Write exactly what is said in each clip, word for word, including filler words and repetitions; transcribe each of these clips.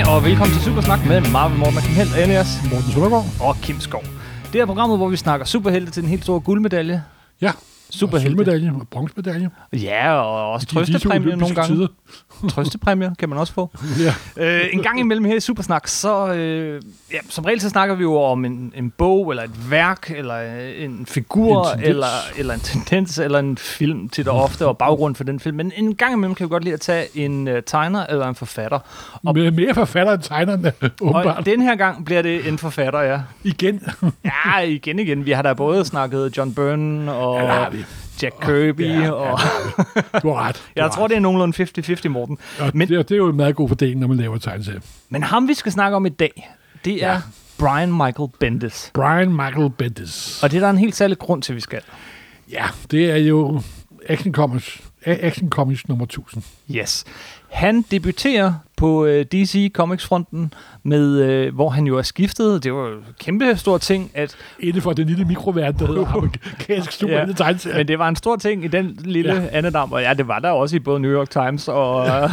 og velkommen til Supersnak med Marvel, Morten og Kim Helt, Elias, Morten Søndergaard og Kim Skov. Det er programmet, hvor vi snakker superhelte til den helt store guldmedalje. Ja, Superhelte. og sølvmedalje og bronzemedalje. Ja, og også trøstepræmie nogle gange. Trøstepræmie kan man også få. Ja. Øh, en gang imellem her i Supersnak, så øh, ja, som regel så snakker vi jo om en, en bog, eller et værk, eller en figur, en eller, eller en tendens, eller en film til det ofte, og baggrund for den film. Men en gang imellem kan vi godt lide at tage en uh, tegner eller en forfatter. Og med mere forfatter end tegnerne, åbenbart. Og den her gang bliver det en forfatter, ja. Igen. Ja, igen igen. Vi har da både snakket John Byrne og ja, Jack Kirby. Ja, ja, og du har ret. Du jeg har tror, ret. det er nogenlunde halvtreds halvtreds, Morten. Men, det, det er jo en meget god fordeling, når man laver tegneserie. Men ham, vi skal snakke om i dag, det er ja. Brian Michael Bendis. Brian Michael Bendis. Og det er der en helt særlig grund til, vi skal. Ja, det er jo Action Comics, Action Comics nummer tusind. Yes. Han debuterer på øh, D C Comics-fronten, med, øh, hvor han jo er skiftet. Det var jo en kæmpe stor ting, at... Inden for den lille mikroverden, der hedder amerikansk superhelte tegneserie. Men det var en stor ting i den lille ja. andedam, og ja, det var der også i både New York Times og,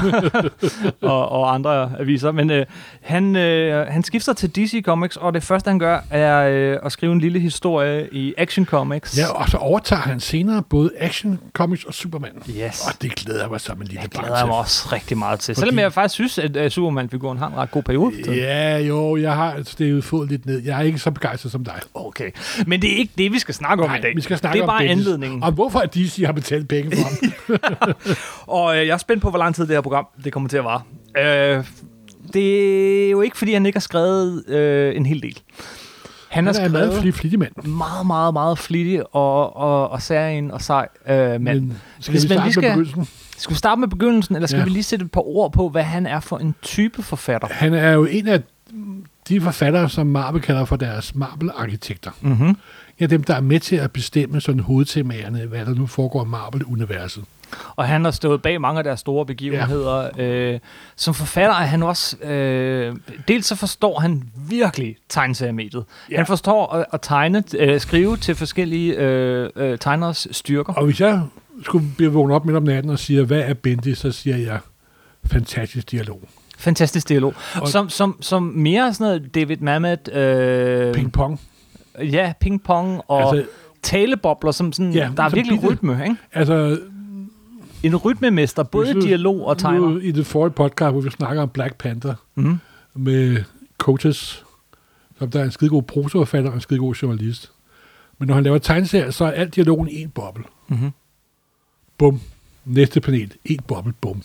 og, og andre aviser. Men øh, han, øh, han skifter til D C Comics, og det første, han gør, er øh, at skrive en lille historie i Action Comics. Ja, og så overtager han senere både Action Comics og Superman. Yes. Og det glæder jeg mig som en lille barn til. Det glæder jeg mig også rigtig meget til. Fordi... Selvom jeg faktisk synes, at uh, Superman-figuren har en ret god periode. Ja, jo, jeg har steget fået lidt ned. Jeg er ikke så begejstret som dig. Okay. Men det er ikke det, vi skal snakke om Nej, i dag. vi skal snakke det er om bare Bendis. anledningen. Og hvorfor at D C har betalt penge for ham. Og øh, jeg er spændt på, hvor lang tid det her program det kommer til at vare. Øh, det er jo ikke, fordi han ikke har skrevet øh, en hel del. Han, han har er en skrevet meget flittig, flittig mand. Meget, meget, meget flittig og, og, og særlig og sej øh, mand. Men skal Hvis vi starte skal, med begyndelsen? Skal vi starte med begyndelsen, eller skal ja. vi lige sætte et par ord på, hvad han er for en type forfatter? Han er jo en af de forfattere, som Marvel kalder for deres Marvel-arkitekter. Mm-hmm. Ja, dem, der er med til at bestemme sådan hovedtemaerne, hvad der nu foregår i Marvel-universet. Og han har stået bag mange af deres store begivenheder. Ja. Øh, som forfatter er han også... Øh, dels så forstår han virkelig tegneseriemediet. Ja. Han forstår at, at tegne, øh, skrive til forskellige øh, øh, tegners styrker. Og hvis jeg skulle blive vågnet op midt om natten og sige, hvad er Bendis, så siger jeg, fantastisk dialog. Fantastisk dialog. Som, som, som mere sådan noget David Mamet... Øh, ping-pong. Ja, ping-pong og altså, talebobler, som sådan, ja, der er virkelig bitte, rytme, ikke? Altså... En rytmemester, både nu, dialog og tegner. Nu, i det forrige podcast, hvor vi snakker om Black Panther, mm. med Coates, som der er en skidegod prosaforfatter og en skidegod journalist. Men når han laver tegneserier, så er alt dialogen en boble. Mm-hmm. Bum. Næste panel. En boble. Bum.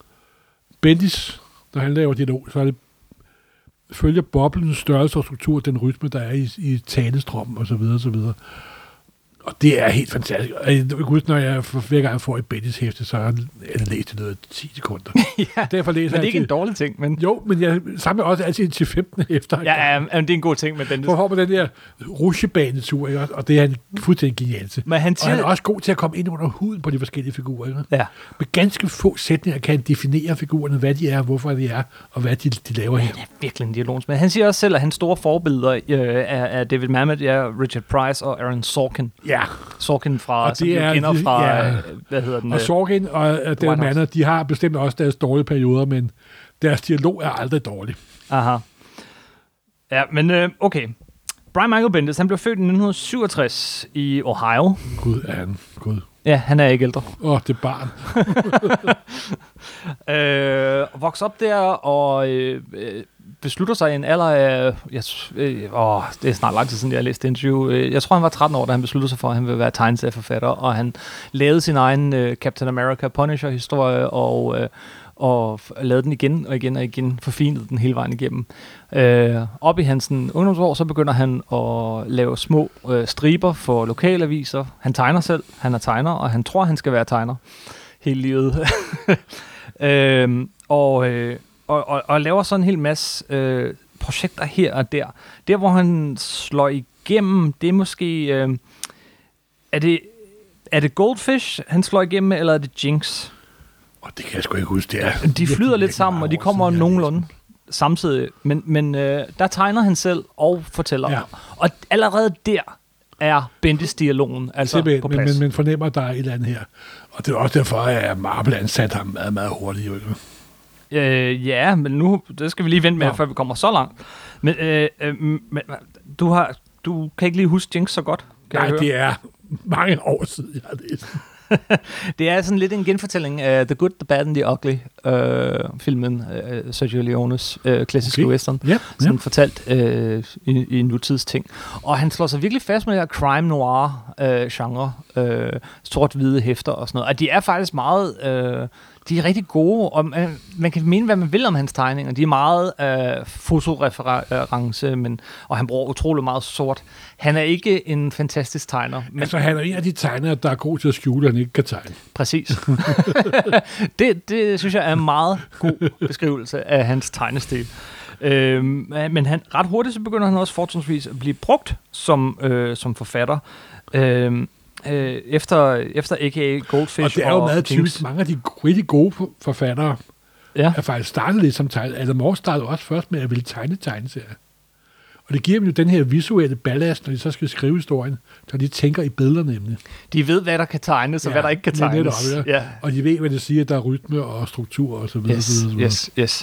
Bendis, når han laver dialog, så er det følger boblens størrelse og struktur, den rytme, der er i, i talestrømmen og så videre, og så videre. Og det er helt fantastisk. Jeg kan huske, når jeg for flere gange får et Bendis-hæfte, så har jeg læst det noget ti sekunder. Ja, derfor læser men det er ikke altid, en dårlig ting. Men... Jo, men jeg samler også altid til femten efter. Ja, ja, men det er en god ting med Bendis. For at hoppe den der rutsjebanetur, ikke? Og det er han fuldstændig genial til. Men han siger... Og han er også god til at komme ind under huden på de forskellige figurer. Ikke? Ja. Med ganske få sætninger kan han definere figurerne, hvad de er, hvorfor de er, og hvad de, de laver her. Ja, det er virkelig en dialogsmand. Han siger også selv, at hans store forbilleder øh, er, er David Mamet, ja, Richard Price og Aaron Sorkin. Ja. Sorkin fra, og det er, kender fra, ja, hvad hedder den? Og Sorkin og uh, David Mamet, de har bestemt også deres dårlige perioder, men deres dialog er aldrig dårlig. Aha. Ja, men øh, okay. Brian Michael Bendis, han blev født i nitten syvogtres i Ohio. Gud er han. Gud. Ja, han er ikke ældre. Åh, oh, det er barn. øh, vokser op der og øh, beslutter sig i en alder af... Jeg, øh, åh, det er snart lang tid siden, jeg har læst det interview. Jeg tror, han var tretten år, da han besluttede sig for, at han ville være tegneserieforfatter, og han lavede sin egen øh, Captain America Punisher-historie, og... Øh, og lavede den igen og igen og igen, forfinede den hele vejen igennem. Øh, op i hans ungdomsår, så begynder han at lave små øh, striber for lokalaviser. Han tegner selv, han er tegner, og han tror, han skal være tegner hele livet. øh, og, øh, og, og, og laver sådan en hel masse øh, projekter her og der. Der, hvor han slår igennem, det er måske... Øh, er, det, er det Goldfish, han slår igennem, eller er det Jinx? Og det kan jeg sgu ikke huske, det er. De flyder lidt sammen, og de kommer nogenlunde samtidig. Men, men øh, der tegner han selv og fortæller. Ja. Og allerede der er Bendis-dialogen altså Simpelthen, på plads. Men man fornemmer, at der er et eller andet her. Og det er også derfor, at Marvel ansat ham meget, meget hurtigt. Øh, ja, men nu det skal vi lige vente med, ja. før vi kommer så langt. Men, øh, øh, men du, har, du kan ikke lige huske Jinx så godt? Nej, det er mange år siden, jeg har læst. Det er sådan lidt en genfortælling af The Good, The Bad and The Ugly, øh, filmen øh, Sergio Leones øh, klassiske okay. western, yep, sådan yep. fortalt øh, i, i nutidsting. Og han slår sig virkelig fast med det her crime noir øh, genre, øh, sort-hvide hæfter og sådan noget. Og de er faktisk meget... Øh, de er rigtig gode, og man, man kan mene, hvad man vil om hans tegninger. De er meget øh, fotoreference, men og han bruger utrolig meget sort. Han er ikke en fantastisk tegner. Men altså, han er en af de tegnere, der er god til at skjule, at han ikke kan tegne. Præcis. det, det synes jeg er en meget god beskrivelse af hans tegnestil. Øhm, men han, ret hurtigt så begynder han også fortrinsvis at blive brugt som, øh, som forfatter. Øhm, Øh, efter, efter A K A Goldfish. Og det er jo meget typisk. Mange af de rigtig gode forfattere ja. er faktisk startet lidt som tegner. Adam Moore startede også først med at ville tegne tegneserier. Og det giver dem jo den her visuelle ballast, når de så skal skrive historien, så de tænker i billeder nemlig. De ved, hvad der kan tegnes, og ja, hvad der ikke kan tegnes. Netop, ja. Ja. Og de ved, hvad det siger, der er rytme og struktur og så videre. Yes, så videre. yes, yes.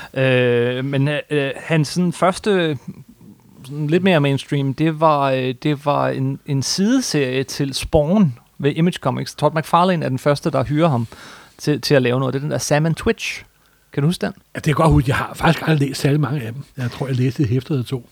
Øh, men øh, hans sådan, første... lidt mere mainstream, det var, det var en, en sideserie til Spawn ved Image Comics. Todd McFarlane er den første, der hyrer ham til, til at lave noget. Det er den der Sam and Twitch. Kan du huske den? Ja, det kan godt huske. Jeg har faktisk aldrig læst særlig mange af dem. Jeg tror, jeg læste et hæfte eller to.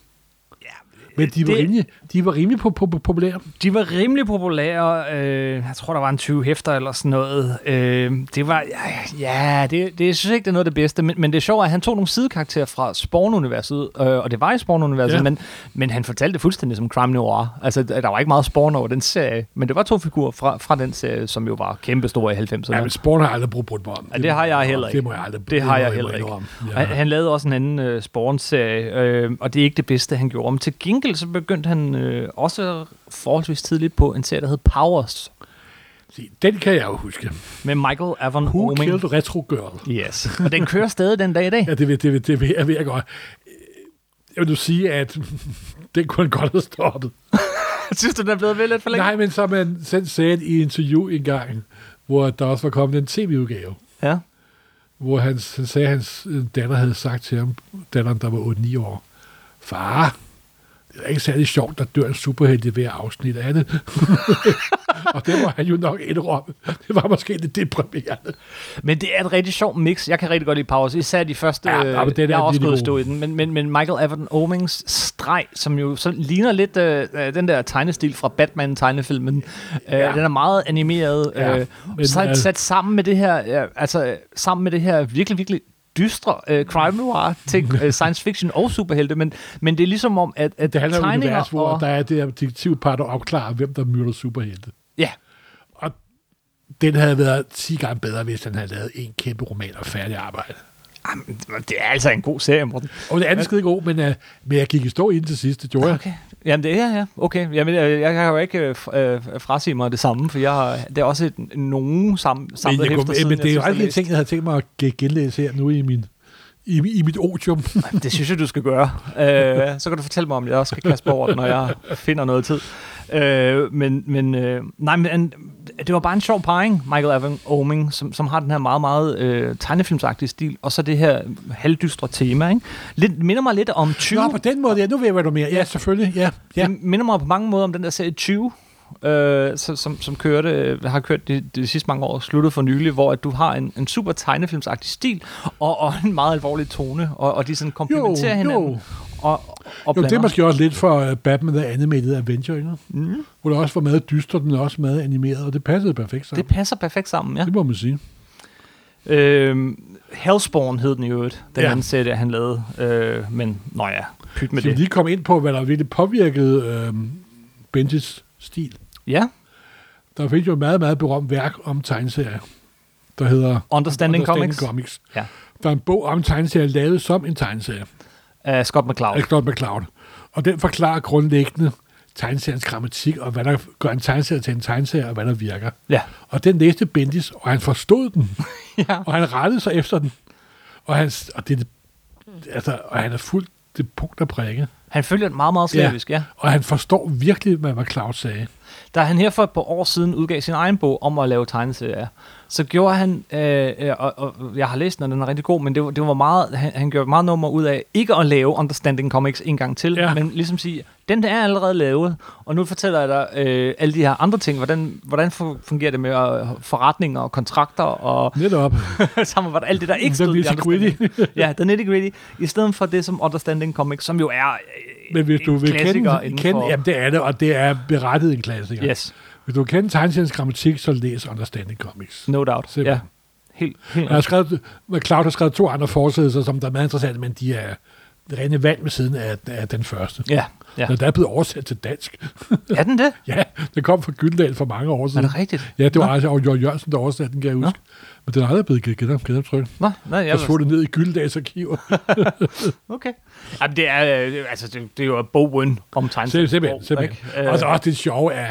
Men de var, det, rimelig, de var rimelig po- po- populære. De var rimelig populære. Øh, jeg tror, der var en tyve hæfter eller sådan noget. Øh, det var... Ja, ja det, det, jeg synes ikke, det er noget af det bedste. Men, men det er sjovt, at han tog nogle sidekarakterer fra Spawn-universet. Øh, og det var i Spawn-universet. Ja. Men, men han fortalte det fuldstændig som crime noir. Altså, der var ikke meget Spawn over den serie. Men det var to figurer fra, fra den serie, som jo var kæmpestore i halvfemserne. Ja, men Spawn har jeg aldrig brugt brugt mig om. Ja, det har jeg heller ikke. Det må jeg aldrig Det har jeg heller ikke. Ja. Han, han lavede også en anden uh, Spawn-serie. Uh, og det er ikke det bedste, han gjorde. Men til gengæld så begyndte han Øh, også forholdsvis tidligt på en serie, der hed Powers. Se, den kan jeg jo huske. Med Michael Avon Who Oeming. Killed Retro Girl. Yes. Og den kører stadig den dag i dag. Ja, det vil, det vil, det vil, jeg, vil jeg godt. Jeg vil nu sige, at den kunne godt have stoppet. Synes du, den er blevet ved lidt for længe? Nej, men som man selv sagde i interview en gang, hvor der også var kommet en tv-udgave. Ja. Hvor han, han sagde, at hans datter havde sagt til ham, datteren, der var otte ni år, far, det er ikke særlig sjovt, der dør en superhelt i hver afsnit af det. Og det var han jo nok indrømme. Det var måske lidt deprimerende. Men det er et rigtig sjovt mix. Jeg kan rigtig godt lide Powers. Især de første... Ja, ja, jeg har også gået stå i den. Men, men, men Michael Avon Oemings streg, som jo så ligner lidt øh, den der tegnestil fra Batman-tegnefilmen. Ja. Øh, den er meget animeret. Ja, øh, men, sat, øh, sat sammen med det her... Øh, altså, sammen med det her virkelig, virkelig dystre øh, crime noir ting, øh, science fiction og superhelte, men, men det er ligesom om, at, at det handler om et univers, hvor og... der er det her detektivpar, der opklarer, hvem der myrder superhelte. Ja. Og den havde været ti gange bedre, hvis han havde lavet en kæmpe roman og færdig arbejde. Jamen, det er altså en god serie, Morten. Og det er skide god, men, uh, men jeg gik i stå ind til sidst, det gjorde jeg. Okay. Jamen det er ja, okay. Jamen, jeg, jeg kan jo ikke øh, frasige mig det samme, for jeg har, det er også et, nogen sam, samlet men hæfter siden. Men det er jo aldrig en ting, jeg havde tænkt mig at genlæse her nu i min I, i mit otium. Det synes jeg, du skal gøre. Øh, så kan du fortælle mig, om jeg også skal kaste over det, når jeg finder noget tid. Øh, men men øh, nej, men det var bare en sjov parring, Michael Avon Oeming, som, som har den her meget, meget øh, tegnefilmsagtige stil, og så det her halvdystre tema, ikke? Lidt, minder mig lidt om tyve. Nå, på den måde, ja, nu ved jeg, hvad du mere. Ja, selvfølgelig, ja. ja. Det minder mig på mange måder om den der serie tyve, Øh, så, som, som kørte, har kørt de, de sidste mange år, sluttet for nylig, hvor at du har en, en super tegnefilmsagtig stil, og, og en meget alvorlig tone, og, og de sådan komplementerer jo, hinanden. Jo. Og, og jo, det er måske også lidt for uh, Batman The Animated Adventure, ikke? Mm. Hvor det også var meget dystert, men også meget animeret, og det passede perfekt sammen. Det passer perfekt sammen, ja. Det må man sige. Øh, Hellspawn hed den jo et, den ja. anden serie, han lavede, øh, men nå ja, pyt med så det. Så vi lige kom ind på, hvad der virkelig påvirkede øh, Bendis stil. Ja. Der findes jo et meget, meget berømt værk om tegneserier, der hedder Understanding, Understanding Comics. Comics. Ja. Der er en bog om tegneserier, lavet som en tegneserie. Uh, Scott McCloud. Af Scott McCloud. Og den forklarer grundlæggende tegneseriens grammatik, og hvad der gør en tegneserie til en tegneserie, og hvad der virker. Ja. Og den læste Bendis, og han forstod den. Ja. Og han rettede sig efter den. Og han, og det, altså, og han er fuldt det punkt og prikke. Han følger den meget, meget slavisk, ja. ja. Og han forstår virkelig, hvad McCloud sagde. Da han her for et par år siden udgav sin egen bog om at lave tegneserier, så gjorde han, øh, og, og jeg har læst den, og den er rigtig god, men det var, det var meget, han, han gjorde meget nummer ud af, ikke at lave Understanding Comics en gang til, ja. men ligesom sige, den der er allerede lavet, og nu fortæller jeg dig øh, alle de her andre ting, hvordan, hvordan fungerer det med øh, forretninger og kontrakter, og netop. sammen med alt det, der ikke stod i Understanding. Ja, den er nitty-gritty, i stedet for det som Understanding Comics, som jo er øh, men hvis du vil klassiker kende, kende for... Jamen det er det, og det er berettiget en klassiker. Yes. Hvis du kender tegneseriens grammatik, så læs Understanding Comics. No doubt. Simpelthen. Ja. Helt, helt. Jeg har skrevet, Cloud har skrevet to andre forsædelser, som der er meget interessante, men de er rene vand ved siden af, af den første. Ja. Ja. Der er blevet oversat til dansk. Er den det? Ja, det kom fra Gyldendal for mange år siden. Er det rigtigt? Ja, det var altså og Jørgen Jørgensen, der oversatte den, kan jeg huske. Nå. Men den er aldrig blevet genoptrykt. Nej, nej, jeg så det ned i Gyldendals arkiver. Okay. Jamen, det er, øh, altså, det, det er jo bogen om tegneserier. Simpelthen, simpelthen. Og så også det sjove er,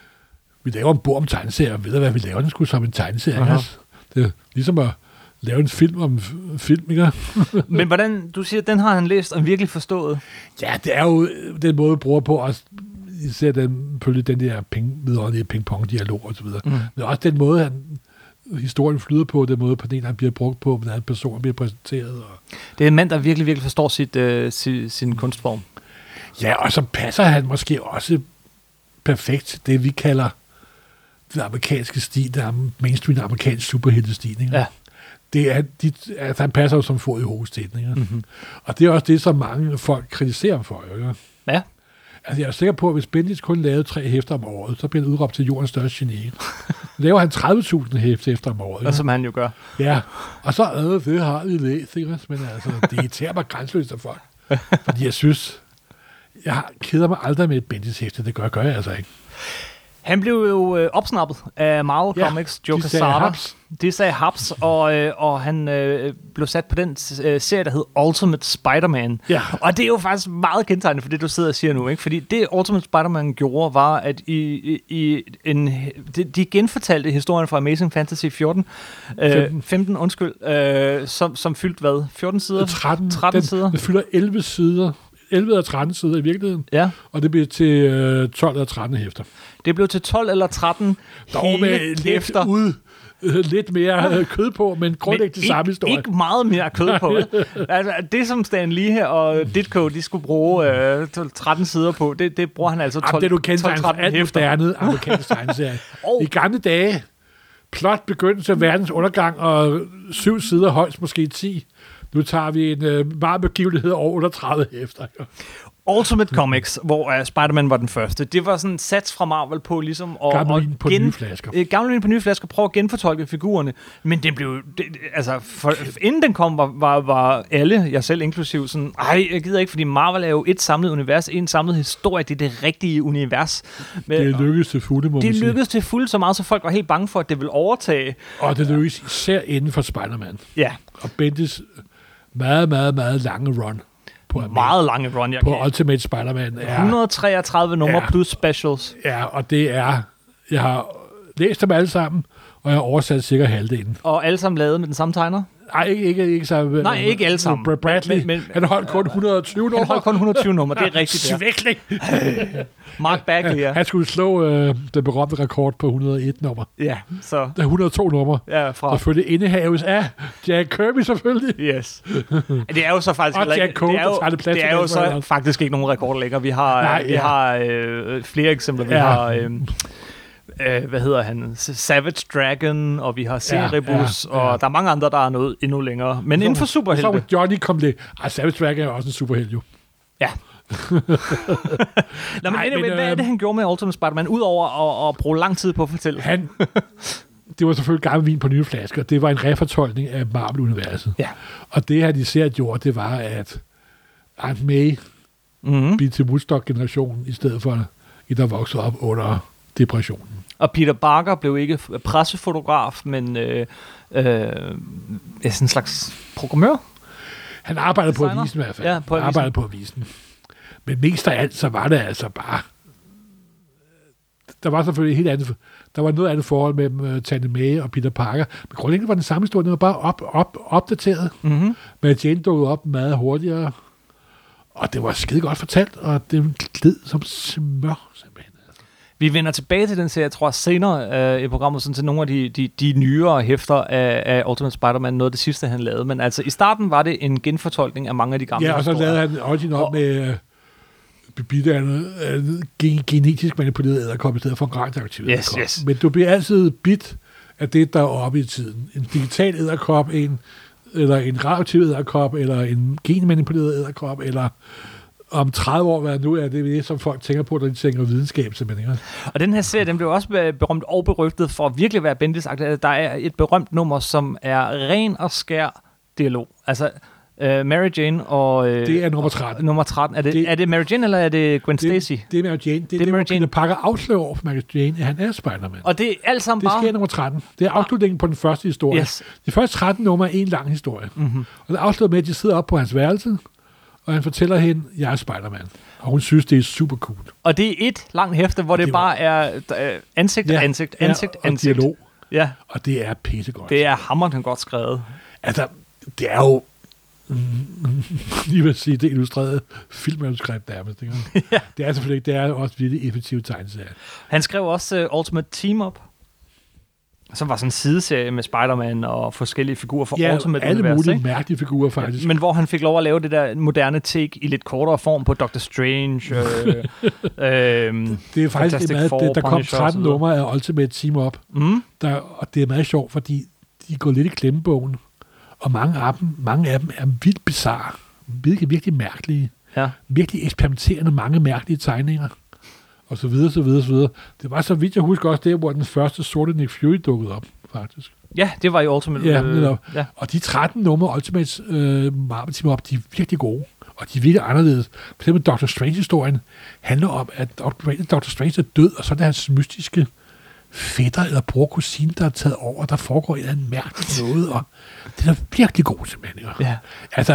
vi laver en bog om tegneserier, og ved du hvad, vi laver den sgu som en tegneserie. Uh-huh. Det er ligesom at lave en film om film, ikke? Men hvordan, du siger, den har han læst og virkelig forstået? Ja, det er jo den måde, vi bruger på, også især den, den der ping, vidunderlige ping-pong-dialog og så videre. Mm. Men også den måde, han, historien flyder på, den måde, på den han bliver brugt på, hvordan personen bliver præsenteret. Og det er en mand, der virkelig, virkelig forstår sit, øh, sin, sin kunstform. Ja, og så passer han måske også perfekt det, vi kalder den amerikanske stil, der er mainstream amerikansk superheltestil, ikke? Ja. Det er, de, altså, han passer jo som fod i hovedstenen, ikke? Mm-hmm. Og det er også det, som mange folk kritiserer ham for, ikke? Ja. Altså, jeg er sikker på, at hvis Bendis kun lavede tre hæfter om året, så bliver han udråbt til jordens største geni. Laver han tredive tusind hæfter efter om året. Og som han jo gør. Ja, og så øh, det har vi læst, ikke? Men altså, det irriterer mig grænseløst af folk. Fordi jeg synes, jeg keder mig aldrig med et Bendis hæfte, det gør, gør jeg altså ikke. Han blev jo øh, opsnappet af Marvel ja, Comics, Joe Quesada. Det sagde Haps, og, øh, og han øh, blev sat på den øh, serie, der hed Ultimate Spider-Man. Ja. Og det er jo faktisk meget kendetegnende for det, du sidder og siger nu, ikke? Fordi det Ultimate Spider-Man gjorde, var, at i, i, i en, de, de genfortalte historien fra Amazing Fantasy fjorten, øh, femten, undskyld, øh, som, som fyldt hvad? fjorten sider? tretten, tretten den, sider? Det fylder elleve sider. elleve eller tretten sider i virkeligheden. Ja. Og det bliver til øh, tolv eller tretten hæfter. Det blev til tolv eller tretten hele hæfter. Ud, øh, lidt mere øh, kød på, men grundlæggende til samme historie. Ikke meget mere kød på. Altså, det som Stan Lee her og Ditko, de skulle bruge øh, tretten sider på, det, det bruger han altså tolv, Jamen, det du kender tolv tretten hæfter. Det er alt moderne amerikansk tegneserie. oh. I gamle dage, plot begyndelse af verdens undergang, og syv sider højst, måske ti. Nu tager vi en øh, meget begivenhed over otteogtredive hæfter. Ultimate Comics, hvor uh, Spider-Man var den første. Det var sådan en sats fra Marvel på ligesom at... Gamle vin på gen, nye flasker. Øh, gamle vin på nye flasker, prøve at genfortolke figurerne. Men det blev... Det, altså, for, inden den kom, var, var, var alle, jeg selv inklusiv, sådan... Ej, jeg gider ikke, fordi Marvel er jo et samlet univers, en samlet historie. Det er det rigtige univers. Men, det lykkedes til fulde, må man Det sige. lykkedes til fulde så meget, så folk var helt bange for, at det ville overtage. Og det lykkedes især inden for Spider-Man. Ja. Og Bendis meget, meget, meget lange run. På meget lange run, jeg på kan. Ultimate Spider-Man. et hundrede og treogtredive numre ja, plus specials. Ja, og det er... Jeg har læst dem alle sammen, og jeg har oversat sikkert halvdelen. Og alle sammen lavet med den samme tegner? Nej, ikke, ikke, ikke sammen. Nej, ikke alle sammen. Bradley, men, men, han holdt kun et hundrede og tyve numre. Han holdt kun et hundrede og tyve numre, det er rigtigt. Svækling! Mark Bagley, ja. Han skulle slå øh, den berømte rekord på et hundrede og et nummer. Ja, så... Der er et hundrede og to numre. Ja, fra... Selvfølgelig indehaves af Jack Kirby, selvfølgelig. Yes. Det er jo så faktisk... og Jack Cole, det er jo, det, det er jo så eller. faktisk ikke nogen rekord længere. Vi har, Nej, vi ja. har øh, flere eksempler. Vi ja. har... Øh, øh, hvad hedder han? Savage Dragon, og vi har Cerebus, ja, ja, ja. og der er mange andre, der er noget endnu længere. Men så, inden for superhelte... Så Johnny kom det. Ej, Savage Dragon er også en superhelt, jo. Ja. Nå, men, Nej, men, men hvad er det, han gjorde med Ultimate Spider-Man, udover at, at bruge lang tid på at fortælle? Han, det var selvfølgelig gammel vin på nye flasker. Det var en refortolkning af Marvel-universet. Ja. Og det, han især gjorde, det var, at Aunt May mm-hmm. blev til Woodstock-generationen, i stedet for et, der voksede op under depressionen. Og Peter Parker blev ikke pressefotograf, men øh, øh, sådan en slags programmør. Han arbejdede Designer. på avisen i hvert fald. Ja, på avisen. arbejdede på avisen. Men mest af alt, så var det altså bare... Der var selvfølgelig helt andet... Der var noget andet forhold mellem uh, Tante May og Peter Parker. Men grundlæggende var den samme historie. Den var bare op, op, opdateret. Mm-hmm. Men Jane dukkede op meget hurtigere. Og det var skide godt fortalt, og det gled som smør, simpelthen. Vi vender tilbage til den serie, jeg tror, senere øh, i programmet, sådan til nogle af de, de, de nyere hæfter af, af Ultimate Spider-Man, noget af det sidste, han lavede. Men altså, i starten var det en genfortolkning af mange af de gamle Ja, og så historier. lavede han også op med øh, bebitterne, øh, gen- genetisk manipuleret æderkop i stedet for en radioaktiv Yes, æderkop. yes. Men du bliver altid bit af det, der er oppe i tiden. En digital æderkop, en, eller en radioaktiv æderkop, eller en genmanipuleret æderkop, eller om tredive år, hvad nu er det, det som folk tænker på, når de tænker videnskab, simpelthen. Og den her serie, den blev også berømt og berygtet for at virkelig være Bendis-agtig. Der er et berømt nummer, som er ren og skær dialog. Altså, uh, Mary Jane og... Uh, Det er nummer tretten. Nummer tretten. Er det, Det- er det Mary Jane, eller er det Gwen Det, Stacy? det er Mary Jane. Det er det, Mary hvor Jane. Peter Parker afslører over for Mary Jane, at han er Spider-Man. Og det er alt sammen Det bare... sker i nummer tretten. Det er afslutningen på den første historie. Yes. De første tretten numre er en lang historie. Mm-hmm. Og det afslutter med, at de sidder op på hans værelse, og han fortæller hende, jeg er Spider-Man. Og hun synes, det er super cool. Og det er et langt hæfte, hvor det, Det det var- bare er uh, ansigt, Ja, ansigt, ansigt, ja, og ansigt. dialog. Ja, Og det er pissegodt. det er hammerende godt skrevet. Altså, det er jo... lige vil sige, det illustrerede filmmanuskript nærmest. Ikke? Ja. Det er selvfølgelig ikke, det er også virkelig effektivt tegneserie. Han skrev også uh, Ultimate Team Up, som var sådan en sideserie med Spider-Man og forskellige figurer fra Ja, Ultimate alle Universe, mulige ikke? mærkelige figurer faktisk. Men hvor han fik lov at lave det der moderne take i lidt kortere form på Doctor Strange. Øh, øh, det er faktisk Fantastic meget, Four, det, der kom Punisher og så tretten videre. numre af Ultimate Team Up, mm, der, og det er meget sjovt, fordi de går lidt i klemmebogen, og mange af dem, mange af dem er vildt bizarre, virkelig, virkelig mærkelige, ja. virkelig eksperimenterende, mange mærkelige tegninger, og så videre, så videre, så videre. Det var så vidt, jeg husker også det, hvor den første sorte Nick Fury dukkede op, faktisk. ja, det var i Ultimate. Ja, øh, netop. ja. Og de tretten numre Ultimate øh, Marvel Team Up, de er virkelig gode, og de er virkelig anderledes. For eksempel Doctor Strange-historien handler om, at Doctor Strange er død, og så er det hans mystiske fætter eller bror kusine, der er taget over, der foregår en eller anden mærkelig noget, og det er virkelig god simpelthen. Ja. Altså,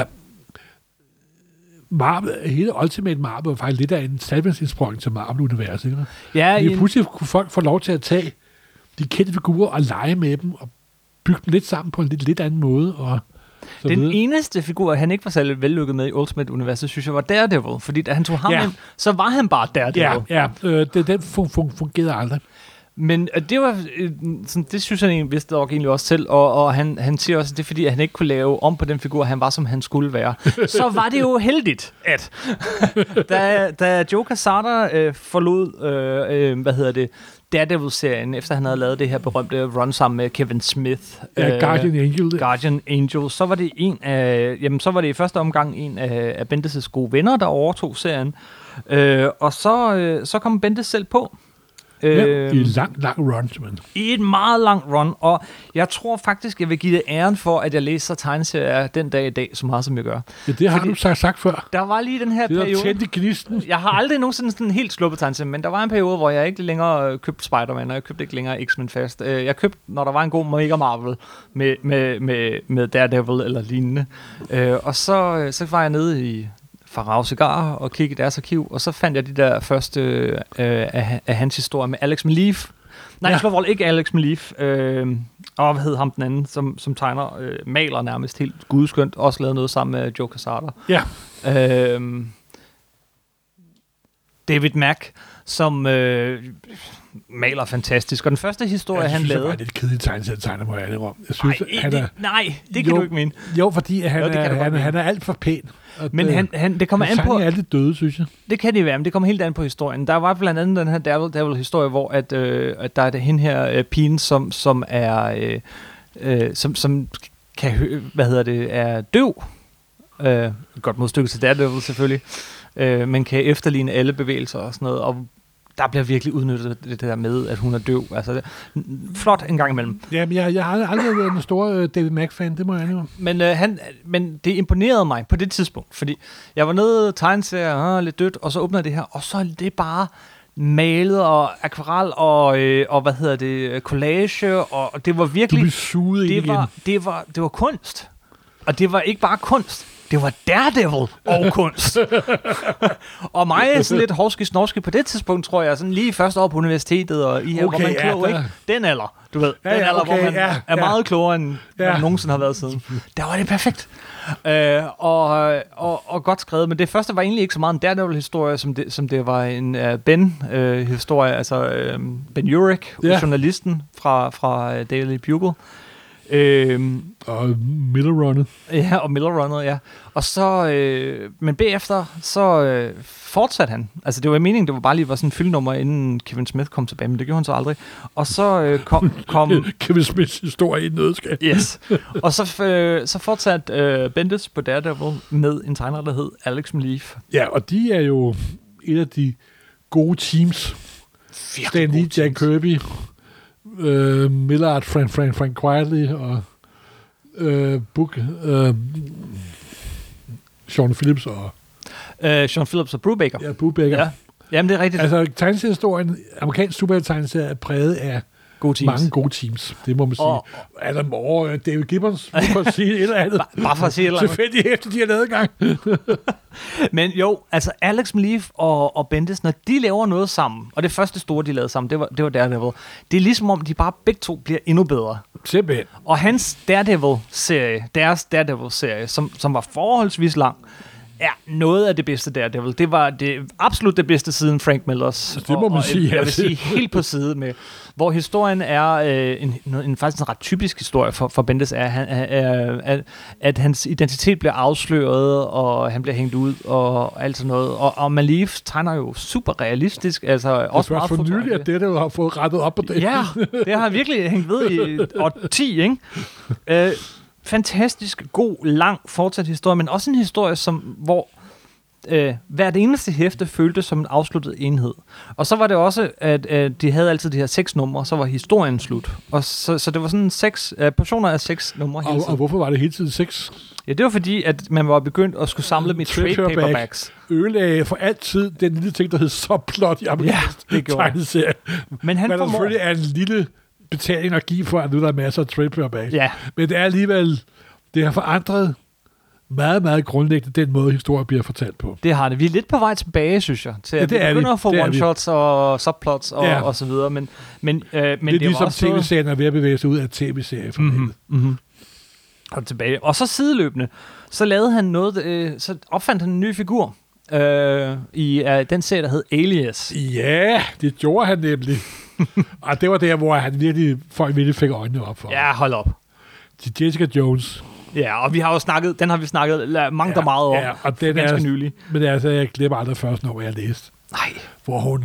Marvel, hele Ultimate Marvel var faktisk lidt af en salvandsindsprøjning til Marvel-universet. Ikke? Ja, Men en, pludselig kunne folk få lov til at tage de kendte figurer og lege med dem, og bygge dem lidt sammen på en lidt, lidt anden måde. Og så den videre. eneste figur, han ikke var særlig vellykket med i Ultimate Universet, synes jeg var Daredevil. Fordi da han tog ham Ja. ind, så var han bare Daredevil. Ja, ja øh, det, den fun, fun, fungerede aldrig. Men øh, det var øh, sådan, det synes han egentlig vidste nok egentlig også selv, og, og han, han siger også, at det er fordi, at han ikke kunne lave om på den figur, han var, som han skulle være. Så var det jo heldigt, at da, da Joe Quesada øh, forlod, øh, øh, hvad hedder det, Daredevil-serien, efter han havde lavet det her berømte run sammen med Kevin Smith. Ja, Guardian Angel. Det. Guardian Angel, så var det en af, jamen så var det i første omgang en af, af Bendis' gode venner, der overtog serien. Øh, og så, øh, så kom Bendis selv på. Ja, Øh, i en lang, lang run, simpelthen. I et meget langt run, og jeg tror faktisk, jeg vil give det æren for, at jeg læser tegneserier den dag i dag, så meget som jeg gør. Ja, det har Fordi- du sagt, sagt før. Der var lige den her Det der periode. tændte gnisten. Jeg har aldrig nogensinde sådan helt sluppet tegneserier, men der var en periode, hvor jeg ikke længere øh, købte Spider-Man, og jeg købte ikke længere X-Men fast. Øh, Jeg købte, når der var en god Mega Marvel med, med, med, med Daredevil eller lignende. Øh, Og så, øh, så var jeg nede i Farao Cigar og kiggede i deres arkiv, og så fandt jeg de der første øh, af, af hans historie med Alex Maleev. Nej, Ja. jeg slår vold ikke Alex Maleev. Øh, og hvad hed ham den anden, som, som tegner, øh, maler nærmest helt gudskønt, også lavet noget sammen med Joe Quesada. Ja, Øh, David Mack, som øh, maler fantastisk. Og den første historie, jeg han synes, lavede... det var lidt kedeligt tegneserie tegner, må jeg ærlig om. Jeg synes, Ej, han det, er, nej, det kan Jo. du ikke mene. jo, fordi han, Jo, det kan er, du godt han, mene. han er alt for pæn. Og Men det- han, han, det kommer han an på... er alt lidt døde, synes jeg. Det kan det være, men det kommer helt an på historien. Der var blandt andet den her Devil, Devil-historie, hvor at, øh, at der er det hende her øh, pigen, som, som er... Øh, øh, som, som kan hø- hvad hedder det, er døv. Øh, godt modstykke til Daredevil selvfølgelig. Øh, men kan efterligne alle bevægelser og sådan noget. Og der bliver virkelig udnyttet det der med, at hun er døv. Altså, det, flot en gang imellem. Jamen, jeg, jeg har aldrig- aldrig været en stor øh, David Mack-fan, det må jeg ærlig om. Men, øh, han, men det imponerede mig på det tidspunkt, fordi jeg var nede og tegneserier, øh, lidt dødt, og så åbner det her, og så er det bare malet og akvarel og, øh, og hvad hedder det, collage, og det var Du virkelig, bliver suget ind det igen. var, det, var, det var kunst. Og det var ikke bare kunst, det var Daredevil og kunst. Og mig er sådan lidt hovski-snorski på det tidspunkt, tror jeg, sådan lige første år på universitetet, og i her, okay, hvor man er klog, ja, ikke? Den alder, du ved. Ja, den ja, alder, okay, hvor man ja, er meget ja. klogere, end ja. man nogensinde har været siden. Der var det perfekt. Øh, og, og, og godt skrevet, men det første var egentlig ikke så meget en Daredevil-historie, som det, som det var en uh, Ben-historie, uh, altså uh, Ben Urich, ja. journalisten fra, fra uh, Daily Bugle. Øhm, og Miller Runnet. Ja, og Miller Runnet, ja. Og så, øh, men bagefter, så øh, fortsatte han. Altså, det var meningen, det var bare lige var sådan en fyldnummer, inden Kevin Smith kom tilbage, men det gjorde han så aldrig. Og så øh, kom... kom Kevin Smiths historie i nødskab. Yes. Og så, øh, så fortsatte øh, Bendis på Daredevil med en tegner, der hed Alex Maleev. Ja, og de er jo et af de gode teams. Stan Lee, Jack Kirby, Uh, Millard, Frank, Frank, Frank Quietly og uh, Book, uh, Sean Phillips og uh, Sean Phillips og Brubaker. Ja, Brubaker. Ja. Jamen, det er rigtigt. Altså, tegneseriehistorien, amerikansk superheltetegneserie er præget af gode teams. mange gode teams, det må man sige. Og, Adam Moore, David Gibbons, for at sige et eller andet. Bare for at sige et eller andet. Tilfældigt efter, de har lavet gang. Men jo, altså Alex Maleev og, og Bendis, når de laver noget sammen, og det første store, de lavede sammen, det var, det var Daredevil, det er ligesom om, de bare begge to bliver endnu bedre. Simpelthen. Og hans Daredevil-serie, deres Daredevil-serie, som, som var forholdsvis lang, er noget af det bedste Daredevil. Det var det absolut det bedste siden Frank Millers. Det må man og, sige. Jeg vil altså. sige helt på side med, hvor historien er øh, en, en, en faktisk en ret typisk historie for, for Bendis, er, er, er, at, at hans identitet bliver afsløret, og han bliver hængt ud, og alt sådan noget. Og, og Maleev tegner jo super realistisk. Altså, det er også først for nylig, at det der har fået rettet op på det. Ja, det har virkelig hængt ved i år ti, ikke? Øh, fantastisk, god, lang, fortsat historie, men også en historie, som, hvor øh, hvert eneste hæfte føltes som en afsluttet enhed. Og så var det også, at øh, de havde altid de her seks numre, så var historien slut. Og så, så det var sådan seks øh, portioner af seks numre hele tiden. Og, og hvorfor var det hele tiden seks? Ja, det var fordi, at man var begyndt at skulle samle med trade paperbacks. Ødelagde for altid den lille ting, der hed subplot i amerikansk ja, tegneserie. Men han Men formår... selvfølgelig er en lille betaling at give for, at nu der er masser af trade paperbacks. Ja. Men det er alligevel, det har forandret meget, meget grundlæggende den måde, historien bliver fortalt på. Det har det. Vi er lidt på vej tilbage, synes jeg, til at ja, vi begynder vi. at få one-shots og subplots og, ja. og så videre. Men, men, øh, men det er det ligesom tv-serien er ved at bevæge sig ud af tv-serien. Mm-hmm. Mm-hmm. Og tilbage. Og så sideløbende, så lavede han noget, øh, så opfandt han en ny figur øh, i øh, den serie, der hed Alias. Ja, det gjorde han nemlig. Og det var der, hvor han virkelig, folk virkelig fik øjnene op for. Ja, hold op. Til Jessica Jones. Ja, og vi har jo snakket, den har vi snakket mange der ja, meget om. Ja, og den er nylig. Men altså, jeg glemmer aldrig først, når jeg læste. Nej. Hvor hun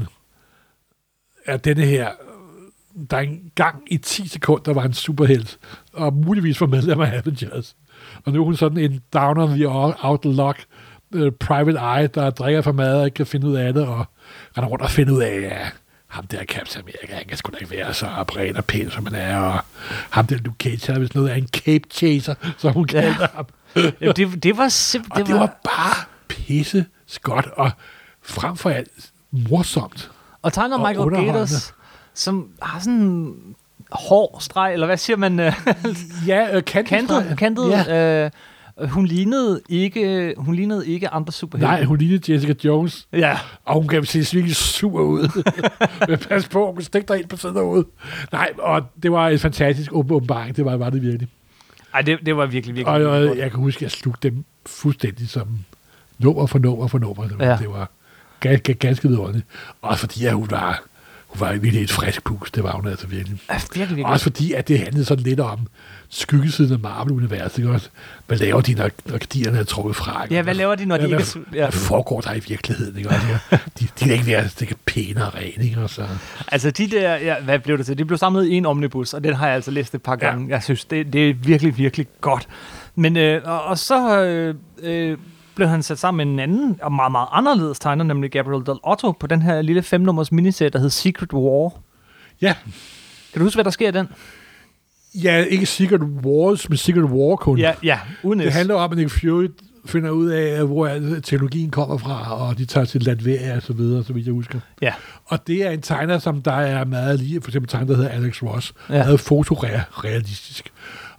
er denne her, der en gang i ti sekunder var en superhelt, og muligvis var medlem af Avengers. Og nu er hun sådan en down on the outlook, uh, private eye, der drikker for mad og ikke kan finde ud af det, og render rundt og finder ud af, ja, ham der Captain America, han kan sgu da ikke være så bred og pæn, som han er, og ham der Luke Cage, han er vist noget af en cape chaser, som hun kalder ja. ham. Ja, det, det var simpelthen... Og det var bare pisse skot, og frem for alt morsomt. Og tegner Michael Gators, som har sådan en hård streg, eller hvad siger man? ja, uh, kantet. Kantet, kantet ja. øh, hun lignede ikke, hun lignede ikke andre superhelte. Nej, hun lignede Jessica Jones. Ja. Og hun kan se virkelig sur ud. Men pas på, hun kan stikke dig ind på siden ud. Nej, og det var en fantastisk åbenbaring. Det var, var det virkelig. Ej, det, det var virkelig, virkelig. Og, og jeg kan huske, at jeg slugte dem fuldstændig som nummer for nummer for nummer. Det var, ja. det var ganske, ganske vidunderligt. Også fordi, at hun var, hun var virkelig et frisk pus. Det var hun altså virkelig. Ja, virkelig, virkelig. Også fordi, at det handlede sådan lidt om skyggesiden af Marvel-universet. Hvad laver de, når, når gardinerne er trukket fra? Ja, hvad laver de, når de ja, ikke er... Ja. Hvad foregår der i virkeligheden? Ikke? De, de, de kan ikke være det kan pæne og rene. Ikke? Og så. Altså, de der... Ja, hvad blev det til? De blev samlet i en omnibus, og den har jeg altså læst et par gange. Ja. Jeg synes, det, det er virkelig, virkelig godt. Men, øh, og, og så... Øh, øh, blev han sat sammen med en anden og meget, meget anderledes tegner, nemlig Gabriel Del Otto, på den her lille fem-nummers miniserie, der hed Secret War. Ja. Kan du huske, hvad der sker i den? Ja, ikke Secret Wars, men Secret War kun. Ja, ja, uden Det handler om, at Nick Fury finder ud af, hvor teknologien kommer fra, og de tager til Latveria og så videre, så vidt jeg husker. Ja. Og det er en tegner, som der er meget lige, for eksempel tegner, der hedder Alex Ross, ja. meget fotorealistisk.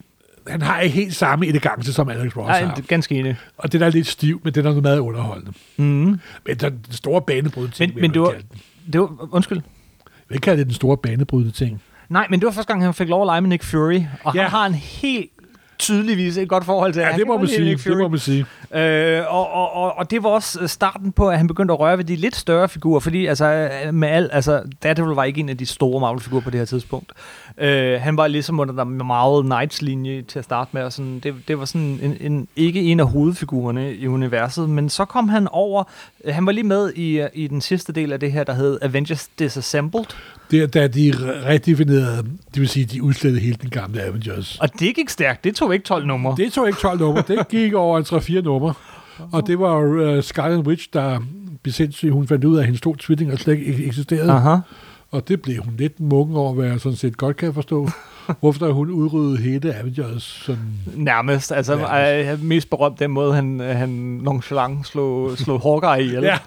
han har ikke helt samme elegance, som Alex Ross Nej, har. det er ganske enig. Og den er lidt stiv, men den er noget meget underholdende. Mm. Men den store banebrydende ting, Men, men det var, det var... Undskyld. Jeg vil ikke kalde det den store banebrydende ting. Nej, men det var første gang, han fik lov at lege med Nick Fury, og ja. han har en helt tydeligvis et godt forhold til. Ja, det må man sige. Det må man sige. Øh, og, og, og, og det var også starten på, at han begyndte at røre ved de lidt større figurer, fordi altså, med al, altså, Daredevil var ikke en af de store Marvel-figurer på det her tidspunkt. Øh, han var ligesom under der Marvel Knights-linje til at starte med, og sådan, det, det var sådan en, en, ikke en af hovedfigurerne i universet, men så kom han over, han var lige med i, i den sidste del af det her, der hed Avengers Disassembled. Det er da de redefinerede, det vil sige, de udslettede hele den gamle Avengers. Og det gik stærkt. Det tog ikke tolv numre. Det tog ikke tolv numre. Det gik over en tre fire numre. Og det var uh, Scarlet Witch, der blev sindssyg. Hun fandt ud af, at hendes to tvillinger slet ikke eksisterede. Aha. Og det blev hun lidt muggen over, hvad jeg sådan set godt kan forstå. Hvorfor hun udryddede hele Avengers. Sådan. Nærmest. Altså, Nærmest. Er mest berømt den måde, han, han nonchalant slog, slog Hawkeye ihjel. Ja.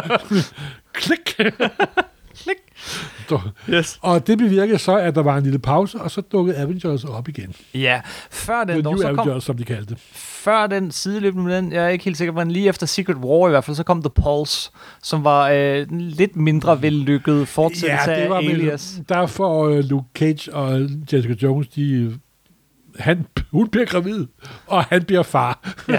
Klik! Klik. Yes. Og det bevirkede så, at der var en lille pause, og så dukkede Avengers op igen. Ja, før den... The New så Avengers, kom, som de kaldte det. Før den sideløbende med den, jeg er ikke helt sikker på, men lige efter Secret War i hvert fald, så kom The Pulse, som var øh, lidt mindre vellykket fortsættelse ja, det var af Alias. Med, der får uh, Luke Cage og Jessica Jones, de... Han, hun bliver gravid, og han bliver far. Ja.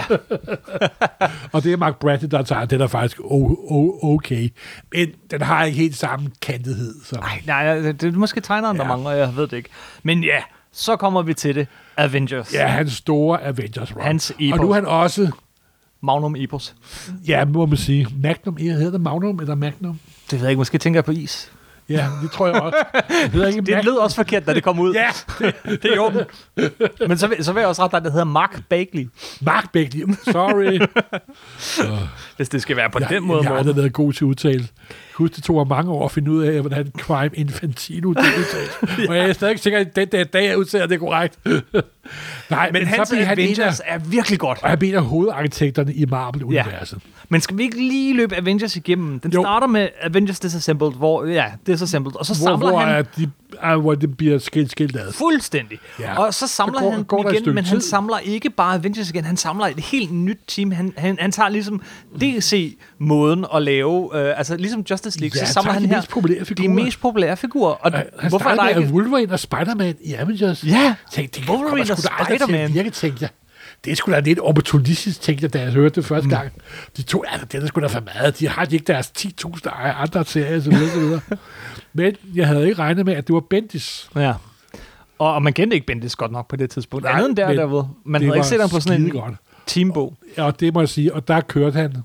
Og det er Mark Bradley, der tager den er faktisk okay. Men den har ikke helt samme kantighed. Så. Nej, nej, det er måske tegneren, ja. der mangler, jeg ved det ikke. Men ja, så kommer vi til det. Avengers. Ja, hans store Avengers run. Hans epos. Og nu er han også... Magnum epos. Ja, må man sige. Magnum, hedder det Magnum eller Magnum? Det ved jeg ikke, måske tænker jeg på is. Ja, det tror jeg også. Det, ikke det lød også forkert, da det kom ud. Ja. Det er jo Men så vil, så vil jeg også ret, at det hedder Mark Bagley. Mark Bagley, sorry. uh, Hvis det skal være på jeg, den måde. Jeg har aldrig været god til at udtale. Husk, det tog mig mange år at finde ud af, hvordan Crime Infantino det udtales. Ja. Og jeg er stadig ikke sikker, at den der dag, jeg udtaler det korrekt. Nej, men, men hans Avengers er virkelig godt. Og han er en af hovedarkitekterne i Marvel-universet. Ja. Men skal vi ikke lige løbe Avengers igennem? Den jo. starter med Avengers Disassembled, hvor, ja, Disassembled, og så hvor, samler hvor han... De, uh, hvor det bliver skilt, skilt ad. Fuldstændig. Ja. Og så samler så går, han går dem igen, men tid. Han samler ikke bare Avengers igen, han samler et helt nyt team. Han, han, han tager ligesom D C-måden at lave, øh, altså ligesom Justice League, ja, så samler han de her mest populære figurer. de mest populære figurer. Og uh, han hvorfor er der ikke... Wolverine og Spider-Man i Avengers. Ja, tænkte, det Wolverine og Spider-Man. Jeg tænkte, jeg, det er sgu da lidt opportunistisk, tænkte jeg, da jeg hørte det første mm. gang. De to, ja, det er sgu da for meget. De har ikke deres ti tusind andre serier, så videre, så videre. Men jeg havde ikke regnet med, at det var Bendis. Ja. Og, og man kendte ikke Bendis godt nok på det tidspunkt. Nej, andet der, der var, man havde ikke set ham på sådan en godt. teambog. Ja, og det må jeg sige. Og der kørte han.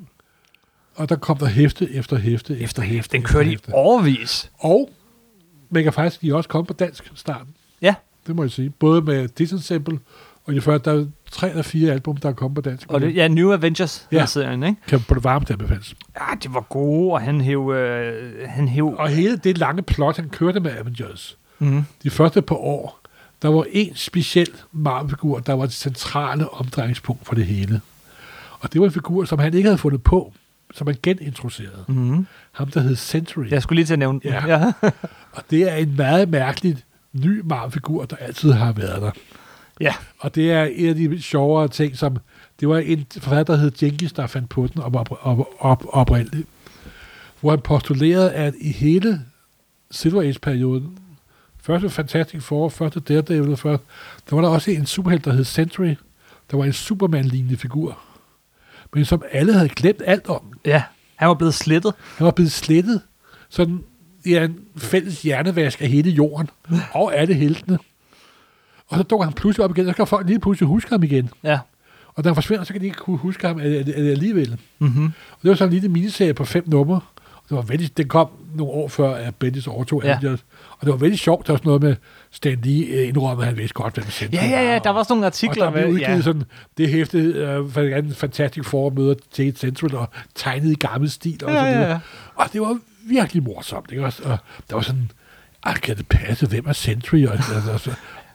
Og der kom der hæfte efter hæfte. Efter hæfte. Den kørte i overvis. Og man kan faktisk de også komme på dansk starten. Ja. Det må jeg sige. Både med Disassemble og de første, der er tre eller fire album, der er kommet på dansk. Og det, ja, New Avengers ja. serien, ikke? Kan på det varme, der befaldes. Ja, det var gode, og han hæv, øh, han hæv... Og hele det lange plot, han kørte med Avengers. Mm-hmm. De første par år, der var en speciel Marvel-figur, der var det centrale omdrejningspunkt for det hele. Og det var en figur, som han ikke havde fundet på, som han genintroducerede. Mm-hmm. Ham, der hed Sentry. Jeg skulle lige til at nævne den. Ja. Ja. Og det er en meget mærkelig ny Marvel-figur, der altid har været der. Ja. Og det er en af de sjovere ting, som... Det var en forfatter, der hed Jenkins, der fandt på den op, op, op, op, oprindeligt. Hvor han postulerede, at i hele Silver Age-perioden, første Fantastic Four, første Daredevil, første, der var der også en superhelt, der hed Sentry. Der var en Superman-lignende figur. Men som alle havde glemt alt om. Ja, han var blevet slettet. Han var blevet slettet. Sådan i en fælles hjernevask af hele jorden. Og alle heltene. Og så dukker han pludselig op igen, så kan folk lige pludselig huske ham igen. Ja. Og da han forsvinder, så kan de ikke kunne huske ham alligevel. Mm-hmm. Og det var sådan en lille miniserie på fem numre. Og det var vældig, den kom nogle år før, at Bendis overtog ja. Avengers. Og det var vældig sjovt, der var sådan noget med Stan Lee indrømmet, han vidste godt, hvem Sentry ja, ja, ja, der var også nogle artikler med. Og der blev udgivet ja. sådan, det hæfte, uh, Fantastic Four møder Jade Central, og tegnet i gammel stil, og ja, sådan ja, ja. Og det var virkelig morsomt, ikke også? Og der var sådan, ah, kan det passe, hvem er Sentry? Og, og, og så,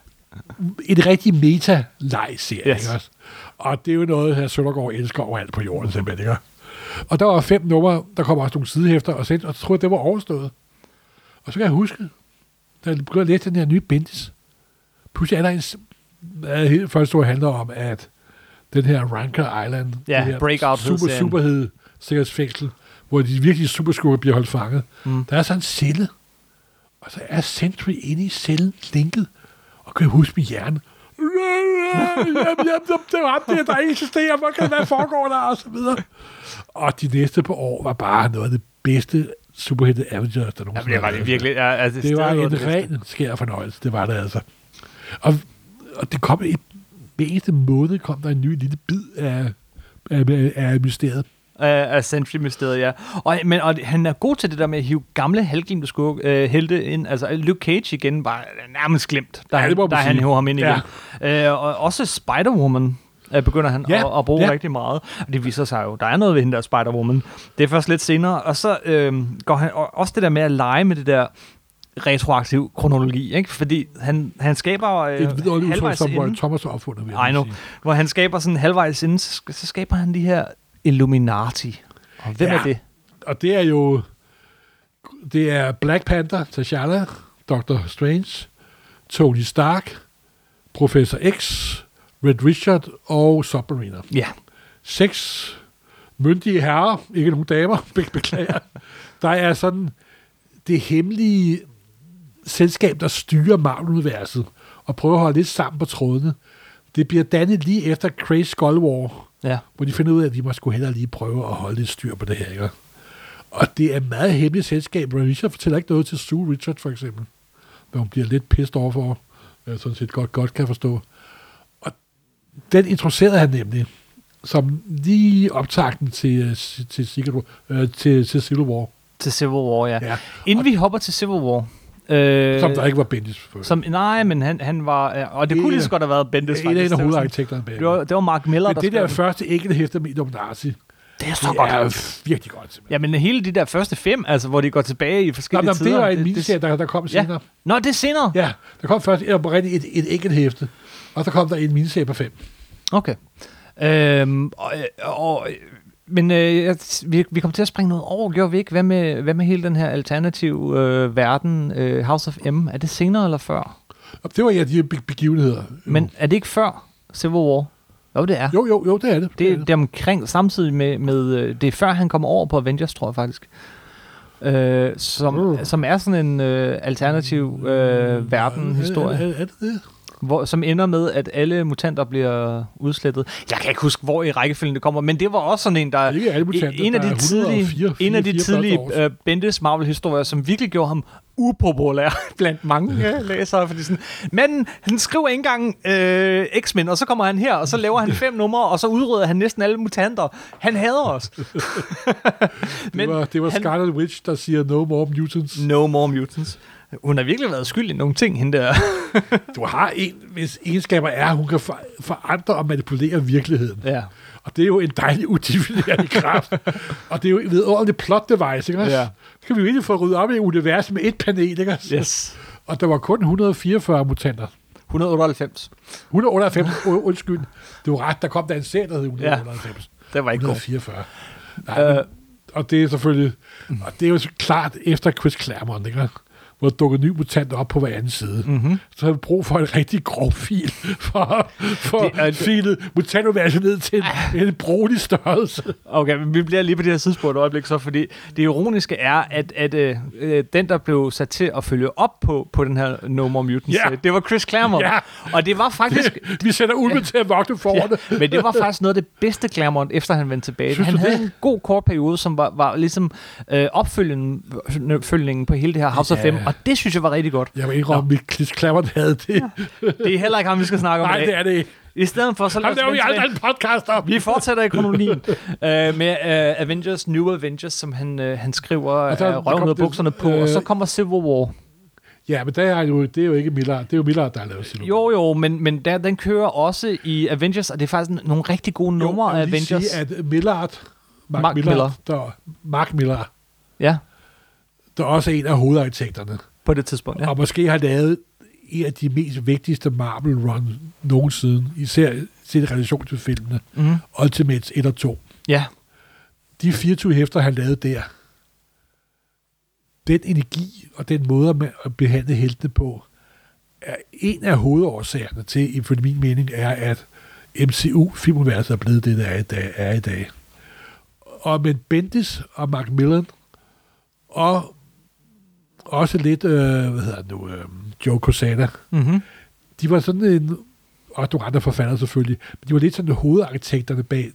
et rigtig meta-leg-serie, yes. Ikke også? Og det er jo noget, her Søndergaard elsker overalt på jorden, simpelthen, ikke? Og der var fem numre, der kom også nogle sidehæfter, og, og så troede jeg, det var overstået. Og så kan jeg huske, da jeg begyndte at læse den her nye Bendis, pludselig er der en, øh, første historie handler om, at den her Ranker Island, Ja, det her Breakout super, hed serien. superhed sikkerhedsfængsel, hvor de virkelig superskurker bliver holdt fanget. Mm. Der er så en celle, og så er Sentry inde i cellen linket, og kan huske min hjerne. Jamen, jamen, det er ham, det der ikke eksisterer, hvad, kan, hvad foregår der, og så videre. Og de næste par år var bare noget af det bedste superhelte Avengers, der nogensinde Jamen, det var det virkelig. Ja, altså, det var en det ren skær fornøjelse, det var det altså. Og, og det kom i hver eneste måned kom der en ny lille bid af, af, af mysteriet. Af Sentry-mysteriet, ja. Og, men, og han er god til det der med at hive gamle halvglimte skurke, øh, helte ind. Altså, Luke Cage igen var nærmest glemt, da, Ja, han, da han hiver ham ind ja. igen. Øh, og også Spider-Woman øh, begynder han ja. at, at bruge ja. rigtig meget. Og det viser sig jo, der er noget ved hende der Spider-Woman. Det er først lidt senere. Og så øh, går han og også det der med at lege med det der retroaktiv kronologi, ikke? Fordi han, han skaber øh, et vidunderligt udtryk, som inden, Roy Thomas har opfundet. I know, hvor han skaber sådan halvvejs inden, så, så skaber han de her Illuminati. Og hvem ja, er det? Og det er jo det er Black Panther, T'Challa, doktor Strange, Tony Stark, Professor X, Red Richard og Submariner. Ja. Seks myndige herrer, ikke nogen damer, be- beklager. Der er sådan det hemmelige selskab, der styrer Marvel-universet og prøver at holde lidt sammen på trådene. Det bliver dannet lige efter Crazy Skull War, Ja. hvor de finder ud af, at de må sgu hellere lige prøve at holde lidt styr på det her. Ikke? Og det er meget hemmeligt selskab. Red Richard fortæller ikke noget til Sue Richard, for eksempel. Men hun bliver lidt pissed over for, jeg sådan set godt, godt kan forstå. Og den introducerede han nemlig, som lige optakten til, til, til, øh, til, til Civil War. Til Civil War, ja. Ja. Inden vi hopper til Civil War... Øh, Som der ikke var Bendis for. som, nej, men han, han var... Øh, og det kunne lige så godt have været Bendis, En af faktisk. af hovedarkitekterne bag. Det var, det var Mark Miller, Men der det der skrev første enkelte hæfte med Illuminati, det er så det godt. er virkelig godt. Simpelthen. Ja, men hele de der første fem, altså, hvor de går tilbage i forskellige Nå, tider... det var en det- miniserie, der, der kom Ja. senere. Nå, det er senere? Ja, der kom først et, et, et enkelt hæfte, og så kom der en miniserie på fem. Okay. Øhm, og, og, men øh, jeg- vi, vi kom til at springe noget over, gjorde vi ikke? Hvad med, hvad med hele den her alternative øh, verden, øh, House of M? Er det senere eller før? Og det var ja de be- begivenheder. Men er det ikke før Civil War? Jo, det er. Jo, jo, jo, det er det. Det, det er omkring samtidig med, med øh, det er før han kommer over på Avengers, tror jeg faktisk. Øh, som, Uh. som er sådan en øh, alternativ øh, verden-historie. Er, er, er det det? Hvor, som ender med, at alle mutanter bliver udslettet. Jeg kan ikke huske, hvor i rækkefølgen det kommer, men det var også sådan en, der... Ikke alle mutanter, en af der de er tidlige, et hundrede og fire, en af de fireogfyrre tidlige år. uh, Bendis Marvel-historier, som virkelig gjorde ham upopulær blandt mange uh, læsere, fordi sådan, men han skriver ikke engang uh, X-Men, og så kommer han her, og så laver han fem numre, og så udrydder han næsten alle mutanter. Han hader os. Det var, det var han- Scarlet Witch, der siger no more mutants. No more mutants. Hun har virkelig været skyld i nogle ting, hende der. Du har en, hvis egenskaber er, at hun kan for, forandre og manipulere virkeligheden. Ja. Og det er jo en dejlig udefinerende kraft. Og det er jo et vidunderligt plot device, ikke også? Ja. Så kan vi jo egentlig få ryddet op i universet med et panel, ikke også? Yes. Og der var kun et hundrede og fireogfyrre mutanter. et hundrede og otteoghalvfems. et hundrede og otteoghalvfems, u- undskyld. Det var ret, der kom der en serie, der hed et hundrede og otteoghalvfems. Det var ikke et hundrede og godt. fireogfyrre. Nej, Øh. men, og det er selvfølgelig, og det er jo så klart efter Chris Claremont, ikke? Hvor der dukker nye mutanter op på hver anden side. Mm-hmm. Så har vi brug for en rigtig grov fil for, for Det er- filet mutanterverset ned til en, en brolig størrelse. Okay, men vi bliver lige på det her sidespor et øjeblik så, fordi det ironiske er, at, at øh, øh, den, der blev sat til at følge op på, på den her No More Mutants, Ja. øh, det var Chris Claremont. Ja. Og det var faktisk... Det, vi sætter ulven til at vogte foran det. Ja, men det var faktisk noget af det bedste Claremont, efter han vendte tilbage. Synes Han du havde det? en god kort periode, som var, var ligesom øh, opfølgningen på hele det her House Ja. of M, og det synes jeg var rigtig godt. Jeg vil indrømme, at Chris Claremont havde det. Det er heller ikke ham, vi skal snakke om Nej, i dag. det er det ikke. I stedet for, så lad Ham os laver vi vende aldrig tilbage. en podcast om. Vi fortsætter i kronologien øh, med uh, Avengers, New Avengers, som han, uh, han skriver Og så- uh, der røven kom ud af det, bukserne på, øh, og så kommer Civil War. Ja, men der er jo, det er jo ikke Millard. Det er jo Millard, der har lavet Civil War. Jo, jo, men, men der, den kører også i Avengers, og det er faktisk nogle rigtig gode numre af jeg vil lige Avengers. sige, at Millard, Mark, Mark Millard, Miller. Der, Mark Miller, Ja, der er også en af hovedarkitekterne, på det tidspunkt, ja. og måske har lavet en af de mest vigtigste Marvel-run nogensinde, især til i relation til filmene, Mm. Ultimates et og to. Ja, De fireogtyve hæfter, han lavede der, den energi og den måde at behandle heltene på, er en af hovedårsagerne til, ifølge min mening, er, at M C U-filmuniverset er blevet det, der er i dag. Er i dag. Og med Bendis og Mark Millar, og også lidt, øh, hvad hedder det nu, øh, Joe Quesada, Mm-hmm. de var sådan en, og nogle andre forfattere selvfølgelig, men de var lidt sådan hovedarkitekterne bag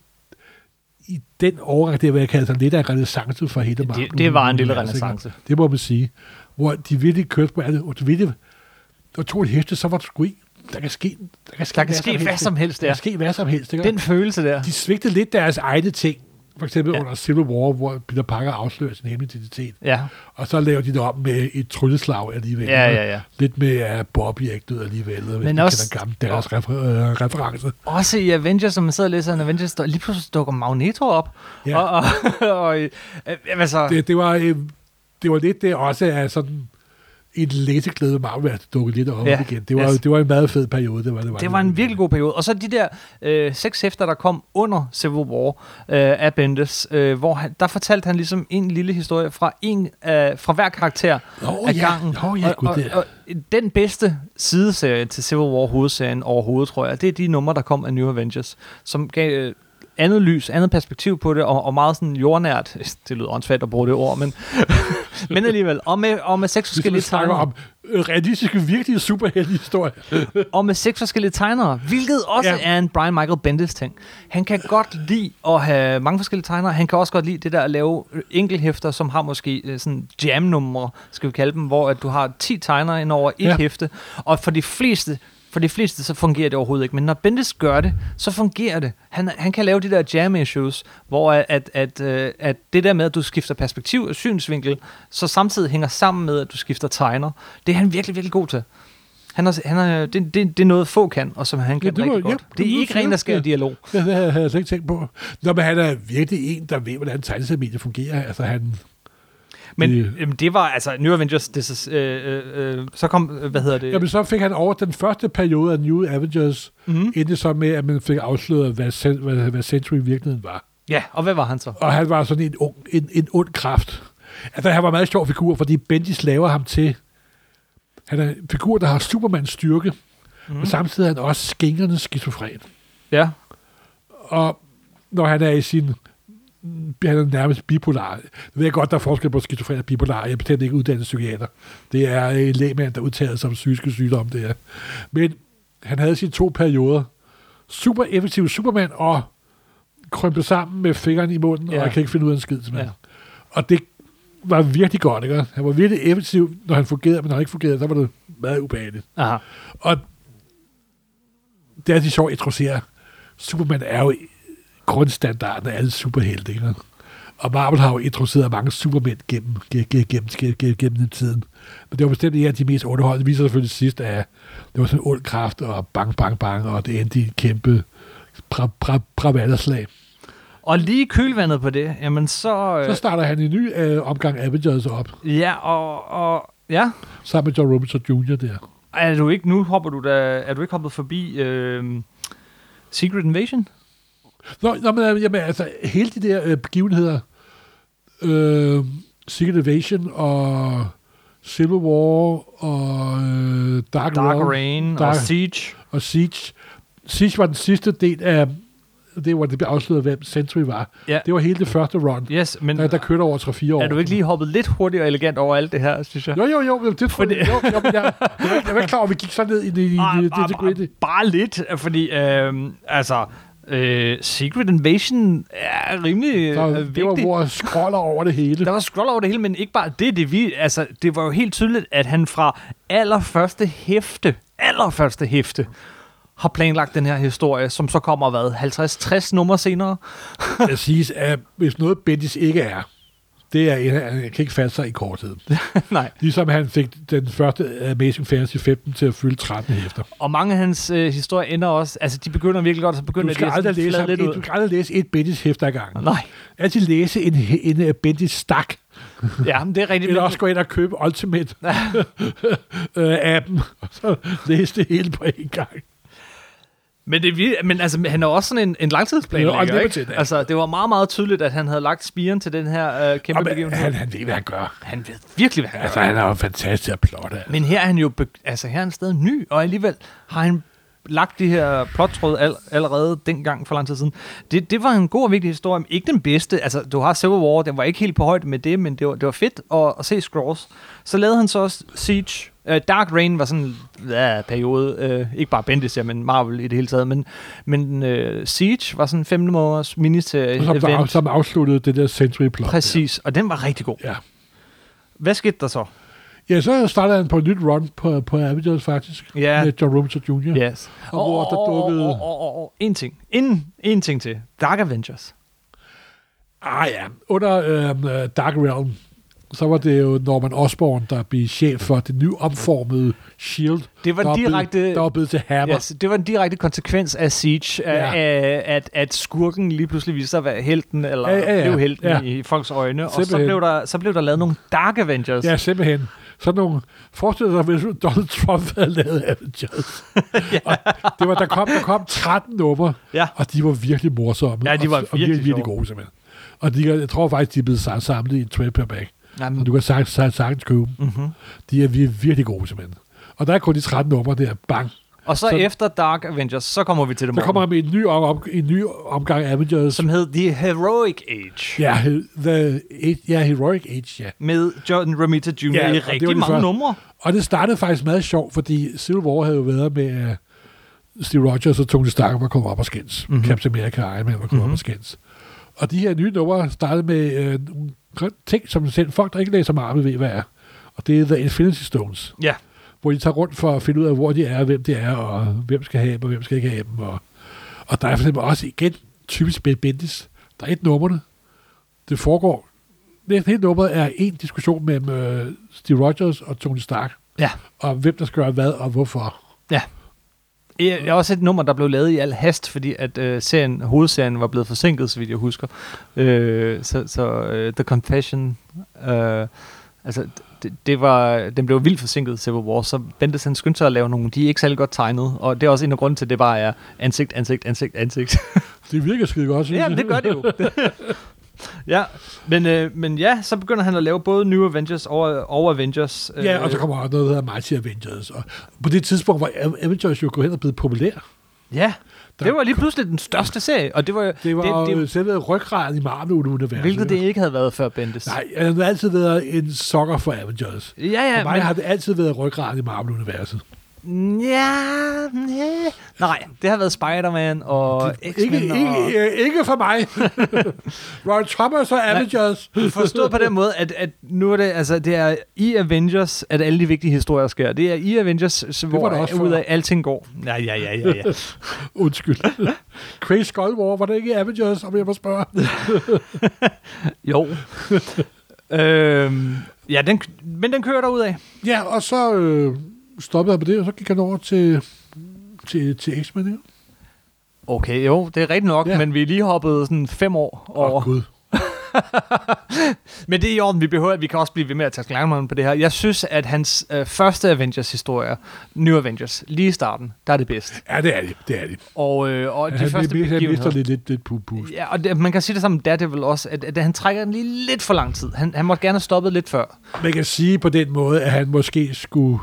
i den overgang, det var jeg kalder sådan lidt af en renaissance for hele Marvel. Det, det var en lille renaissance. Det må man sige. Hvor de virkelig kørte på alt, og de virkelig, der tog et hæfte, så var det sgu ikke. Der kan ske, der kan ske, Der kan ske hvad som helst, der der. kan ske hvad som helst. Ikke? Den følelse der. De svigtede lidt deres egne ting. For eksempel Ja. under Civil War, hvor Peter Parker afslører sin hemmelige identitet. Ja. Og så laver de det op med et trylleslag alligevel. Ja, ja, ja. Lidt med, at Bobby er ikke død alligevel. Men også- Den gamle deres refer- øh, reference. Også i Avengers, når man sidder og læser en Avengers, der lige pludselig dukker Magneto op. Ja. Og, og, og øh, altså, Det, det, var, øh, det var lidt det også af sådan en læseglæde Marvel, at dukke lidt op Ja. igen. Det var, Yes. det var en meget fed periode. Det var, det var, det var en virkelig god periode. Og så de der øh, seks hæfter, der kom under Civil War øh, af Bendis, øh, hvor han, der fortalte han ligesom en lille historie fra en øh, fra hver karakter Åh, af ja. gangen. Åh, ja, og, gud, og, det- og, den bedste sideserie til Civil War hovedserien overhovedet, tror jeg, det er de numre, der kom af New Avengers, som gav øh, andet lys, andet perspektiv på det, og, og meget sådan jordnært. Det lyder åndssvagt at bruge det ord, men, men alligevel. Og med, og med seks Hvis forskellige vi snakker tegnere. om øh, realistiske, virkelige superheltehistorier. Og med seks forskellige tegnere, hvilket også Ja. ja. er en Brian Michael Bendis ting. Han kan godt lide at have mange forskellige tegnere. Han kan også godt lide det der at lave enkelthæfter, som har måske øh, sådan jam-numre, skal vi kalde dem, hvor at du har ti tegnere ind over et Ja. hæfte. Og for de fleste, for de fleste, så fungerer det overhovedet ikke. Men når Bendis gør det, så fungerer det. Han, han kan lave de der jam-issues, hvor at, at, at, øh, at det der med, at du skifter perspektiv og synsvinkel, så samtidig hænger sammen med, at du skifter tegner. Det er han virkelig, virkelig god til. Han er, han er, det, det, det er noget få kan, og som han kan det var- rigtig ja, godt. det Det er var ikke ren og skær ja. dialog. Det havde jeg slet ikke tænkt på. Nå, men han er virkelig en, der ved, hvordan tegneseriemedia fungerer. Altså, han... Men Det- øhm, det var, altså, New Avengers, det, is, øh, øh, øh, så kom, øh, hvad hedder det? Jamen, så fik han over den første periode af New Avengers, Mhm. endte så med, at man fik afsløret, hvad, Cen- hvad, hvad Century i virkeligheden var. Ja, og hvad var han så? Og han var sådan en, ung, en, en ond kraft. Altså, han var en meget sjov figur, fordi Bendis laver ham til... Han er en figur, der har Supermans styrke, mm. Mhm. og samtidig er han også skingerne skizofren. Ja, Og når han er i sin... Han er nærmest bipolar. Jeg ved godt, der er forskel på skizofren og bipolar. Jeg er bestemt ikke uddannet psykiater. Det er en lægmand, der udtaler sig om psykiske sygdomme. Det er. Men han havde sine to perioder. Super effektiv Superman og krympet sammen med fingeren i munden, ja. Ja. og jeg kan ikke finde ud af en skid. Ja. Ja. Og det var virkelig godt. Ikke? Han var virkelig effektiv, når han fungerede, men når han ikke fungerede, så var det meget ubehageligt. aha. Og det er de sjovt at introducere. Superman er jo grundstandarden af alle superhelte, ikke? Og Marvel har jo introduceret mange supermænd gennem, gennem, gennem, gennem, gennem tiden. Men det var bestemt en af de mest underholdende. Det viser selvfølgelig sidst, at det var sådan en ond kraft, og bang, bang, bang, og det endte i en kæmpe bravalderslag. Og lige i kølvandet på det, jamen så... Øh, Så starter han en ny øh, omgang Avengers op, ja, og, og ja, sammen med John Robinson junior der. er du ikke, nu hopper du da, er du ikke hoppet forbi øh, Secret Invasion? Nå, nå men øh, jamen, altså, hele de der øh, begivenheder, øh, Secret Invasion og Civil War og øh, Dark, Dark Realm Reign Dark- og Siege. og Siege. Siege var den sidste del af, det var det blev afsløret, hvem Sentry var. Ja. Det var hele det første run, Yes, men der, der kørte over tre fire år. er du ikke lige hoppet lidt hurtigt og elegant over alt det her, synes jeg? Jo, jo, jo, men det tror jeg, jo, jo, men jeg, jeg, var- jeg var ikke klar over, at vi gik så ned i det, i, Ah, i, det, bare, det, bare, det, bare lidt, fordi øh, altså øh, Secret Invasion er rimelig så, øh, det var, vigtig. hvor jeg scroller over det hele. Der var scroll over det hele, men ikke bare det. Det, vi, altså, det var jo helt tydeligt, at han fra allerførste hæfte, allerførste hæfte, har planlagt den her historie, som så kommer, hvad, halvtreds tres numre senere? Jeg siges, at hvis noget Bendis ikke er, det er, en- han kan ikke falde sig i korthed. Nej. Ligesom han fik den første Amazing Fantasy femten til at fylde tretten hæfter. Og mange af hans øh, historier ender også, altså de begynder virkelig godt, så begynder Du skal, de at aldrig sådan læse, flade ham, lidt et, ud. du skal aldrig læse et Bendis hæfter ad gangen. Nej, Altid læse en, en, en Bendis stak, ja, men det er rigtigt. eller men- også gå ind og købe Ultimate øh, appen, og så læse det hele på en gang. Men, det, men altså, han er også sådan en, en langtidsplanlægger, ja, ikke? det, Altså, det var meget, meget tydeligt, at han havde lagt spiren til den her øh, kæmpe Jamen, begivenhed. Han, han ved, hvad han gør. Han ved virkelig, hvad han Altså, gør. han er jo fantastisk at plotte. Altså. Men her er han jo, be- altså her er han stadig ny, og alligevel har han lagt de her plottråd all- allerede dengang for lang tid siden. Det, det var en god og vigtig historie, ikke den bedste. Altså, du har Civil War, den var ikke helt på højde med det, men det var, det var fedt at, at se Skrulls. Så lavede han så også Siege. Uh, Dark Reign var sådan en ja, periode, uh, ikke bare Bendis, ja, men Marvel i det hele taget, men, men uh, Siege var sådan en femte måneders miniserie Som, event. der, som afsluttede det der Century plot. Præcis, og den var rigtig god. Ja. Hvad skete der så? Ja, så startede han på et nyt run på, på Avengers, faktisk. Ja. Med John Romita junior Yes. Og hvor der dukkede... Oh, oh, oh, oh. En ting. Inden, en ting til. Dark Avengers. Ah ja, under øh, Dark Realm, så var det jo Norman Osborn, der blev chef for det nyomformede SHIELD. Det var der direkte... Blevet, der var blevet til Hammer. Yes, det var en direkte konsekvens af Siege, Ja. af, at, at skurken lige pludselig viste sig at være helten, eller Ja, ja, ja. blev helten Ja. i folks øjne, og så Simpelthen. blev, der, så blev der lavet nogle Dark Avengers. Ja, simpelthen. Sådan nogle... Forestil dig, hvis Donald Trump havde lavet Avengers. ja. Og det var, der kom, der kom tretten numre, Ja. og de var virkelig morsomme. Ja, de var og, og virkelig virkelig, virkelig sjove. gode, simpelthen. Og de, jeg tror faktisk, de er blevet samlet i en trade paperback. Jamen, Og du kan sagtens, sagtens, sagtens købe dem. mm-hmm. De er virkelig, virkelig gode, simpelthen. Og der er kun de tretten numre der. Bang. Og så, Så- efter Dark Avengers, så kommer vi til det Så kommer han med en ny, om, en ny omgang Avengers. som hed The Heroic Age. Ja, he- the, ja, Heroic Age, ja. Med John Romita junior Ja, i og det var rigtig det mange første. numre. Og det startede faktisk meget sjovt, fordi Civil War havde jo været med uh, Steve Rogers og Tony Stark var kommet op og skændes. Mhm. Mm-hmm. Captain America og Iron Man var kommet mm-hmm. op og skændes. Og de her nye numre startede med uh, nogle ting, som selv folk, der ikke læser Marvel, ved, hvad er. Og det er The Infinity Stones. Ja. Hvor de tager rundt for at finde ud af, hvor de er, hvem de er, og hvem skal have dem, og hvem skal ikke have dem. Og, og der er for eksempel også igen typisk Bendis. Der er et numrene. Det foregår. Det hele nummeret er en diskussion mellem øh, Steve Rogers og Tony Stark. Ja. Og hvem der skal gøre hvad, og hvorfor. Det er også et nummer, der blev lavet i al hast, fordi at øh, serien, hovedserien var blevet forsinket, så vidt jeg husker. Øh, så så øh, The Confession, øh, altså det, det var, den blev vildt forsinket, Civil War, så Bendis han skyndte sig at lave nogle, de er ikke særlig godt tegnet, og det er også en af grunden til, at det bare er ansigt, ansigt, ansigt, ansigt. Det virker skide godt, synes Ja, jeg. det gør det jo. Ja, men, øh, men ja, så begynder han at lave både New Avengers og, og Avengers. Øh, Ja, og så kommer også noget, der hedder Mighty Avengers. Og på det tidspunkt var Avengers jo gået hen og blevet populær. Ja, Der- det var lige pludselig den største serie, og det var, Det var det, jo det, selve ryggraden i Marvel-universet. hvilket det ikke havde været før Bendis. Nej, jeg har altid været en sokker for Avengers. Ja, ja, For mig men, har det altid været ryggraden i Marvel-universet. ja, næh. Nej, det har været Spider-Man og Ikke, X-Men ikke, og... ikke, ikke for mig. Roy Thomas og Avengers. Forstået på den måde, at, at nu er det, altså, det er i Avengers, at alle de vigtige historier sker. Det er i Avengers, så hvor det også ud før. af alting går. Ja, ja, ja, ja, ja. Undskyld. Crazy Skull War, var det ikke i Avengers, om jeg må spørge? Jo. øhm, ja, den, men den kører derud af. Ja, og så øh, stoppede jeg på det, og så gik han over til, til, til X-Men. Ja. Okay, jo, det er rigtigt nok, Ja. ja. Men vi er lige hoppet sådan fem år over. Åh, Gud. Men det er i orden, vi behøver, vi kan også blive ved med at tage langmånden på det her. Jeg synes, at hans øh, første Avengers-historie, New Avengers, lige i starten, der er det bedst. Ja, det er det. Det er det. Og, øh, og Ja, de han, første han mister begivenheder... lidt, lidt, lidt pupus. Ja, og det, man kan sige det samme med Daredevil også, at, at han trækker den lige lidt for lang tid. Han, han måtte gerne have stoppet lidt før. Man kan sige på den måde, at han måske skulle...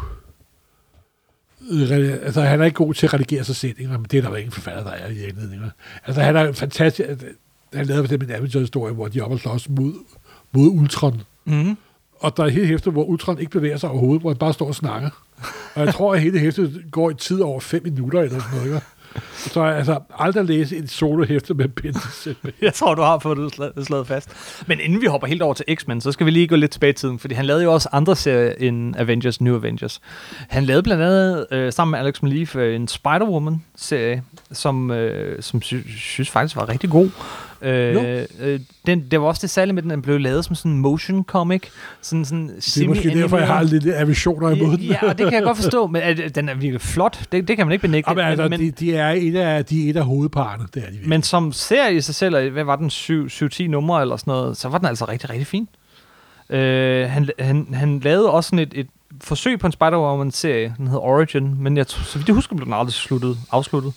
øh, Altså, han er ikke god til at redigere sig selv, ikke? Men det er der jo ingen forfatter, der er i indledningen. Altså, han er fantastisk... Han lavede for eksempel en Avengers-historie, hvor de er oppe og slås mod, mod Ultron. Mm. Og der er hele hæftet, hvor Ultron ikke bevæger sig overhovedet, hvor han bare står og snakker. Og jeg tror, at hele hæftet går i tid over fem minutter eller sådan noget, ikke? Så jeg altså aldrig læse en solo-hæfte med Bendis. Jeg tror, du har fået det slået, slået fast. Men inden vi hopper helt over til X-Men, så skal vi lige gå lidt tilbage i tiden, fordi han lavede jo også andre serier end Avengers, New Avengers. Han lavede blandt andet øh, sammen med Alex Maleev øh, en Spider-Woman-serie, som, øh, som sy- synes faktisk var rigtig god. Øh, øh, den, det var også det særlige med, at den blev lavet som sådan en motion comic. Sådan, sådan Det er måske derfor, jeg har lidt aversioner imod den. Ja, og det kan jeg godt forstå, men at, den er virkelig flot. Det, det kan man ikke benægte. Jamen, altså, men, de, de, er et af, de er et af hovedparerne, det er de virkelig. men som serie i sig selv, og hvad var den, syv ti numre eller sådan noget, så var den altså rigtig, rigtig fin. Øh, han, han, han lavede også sådan et, et forsøg på en Spider-Woman-serie, den hedder Origin, men jeg, så vidt jeg husker, blev den aldrig sluttet, afsluttet.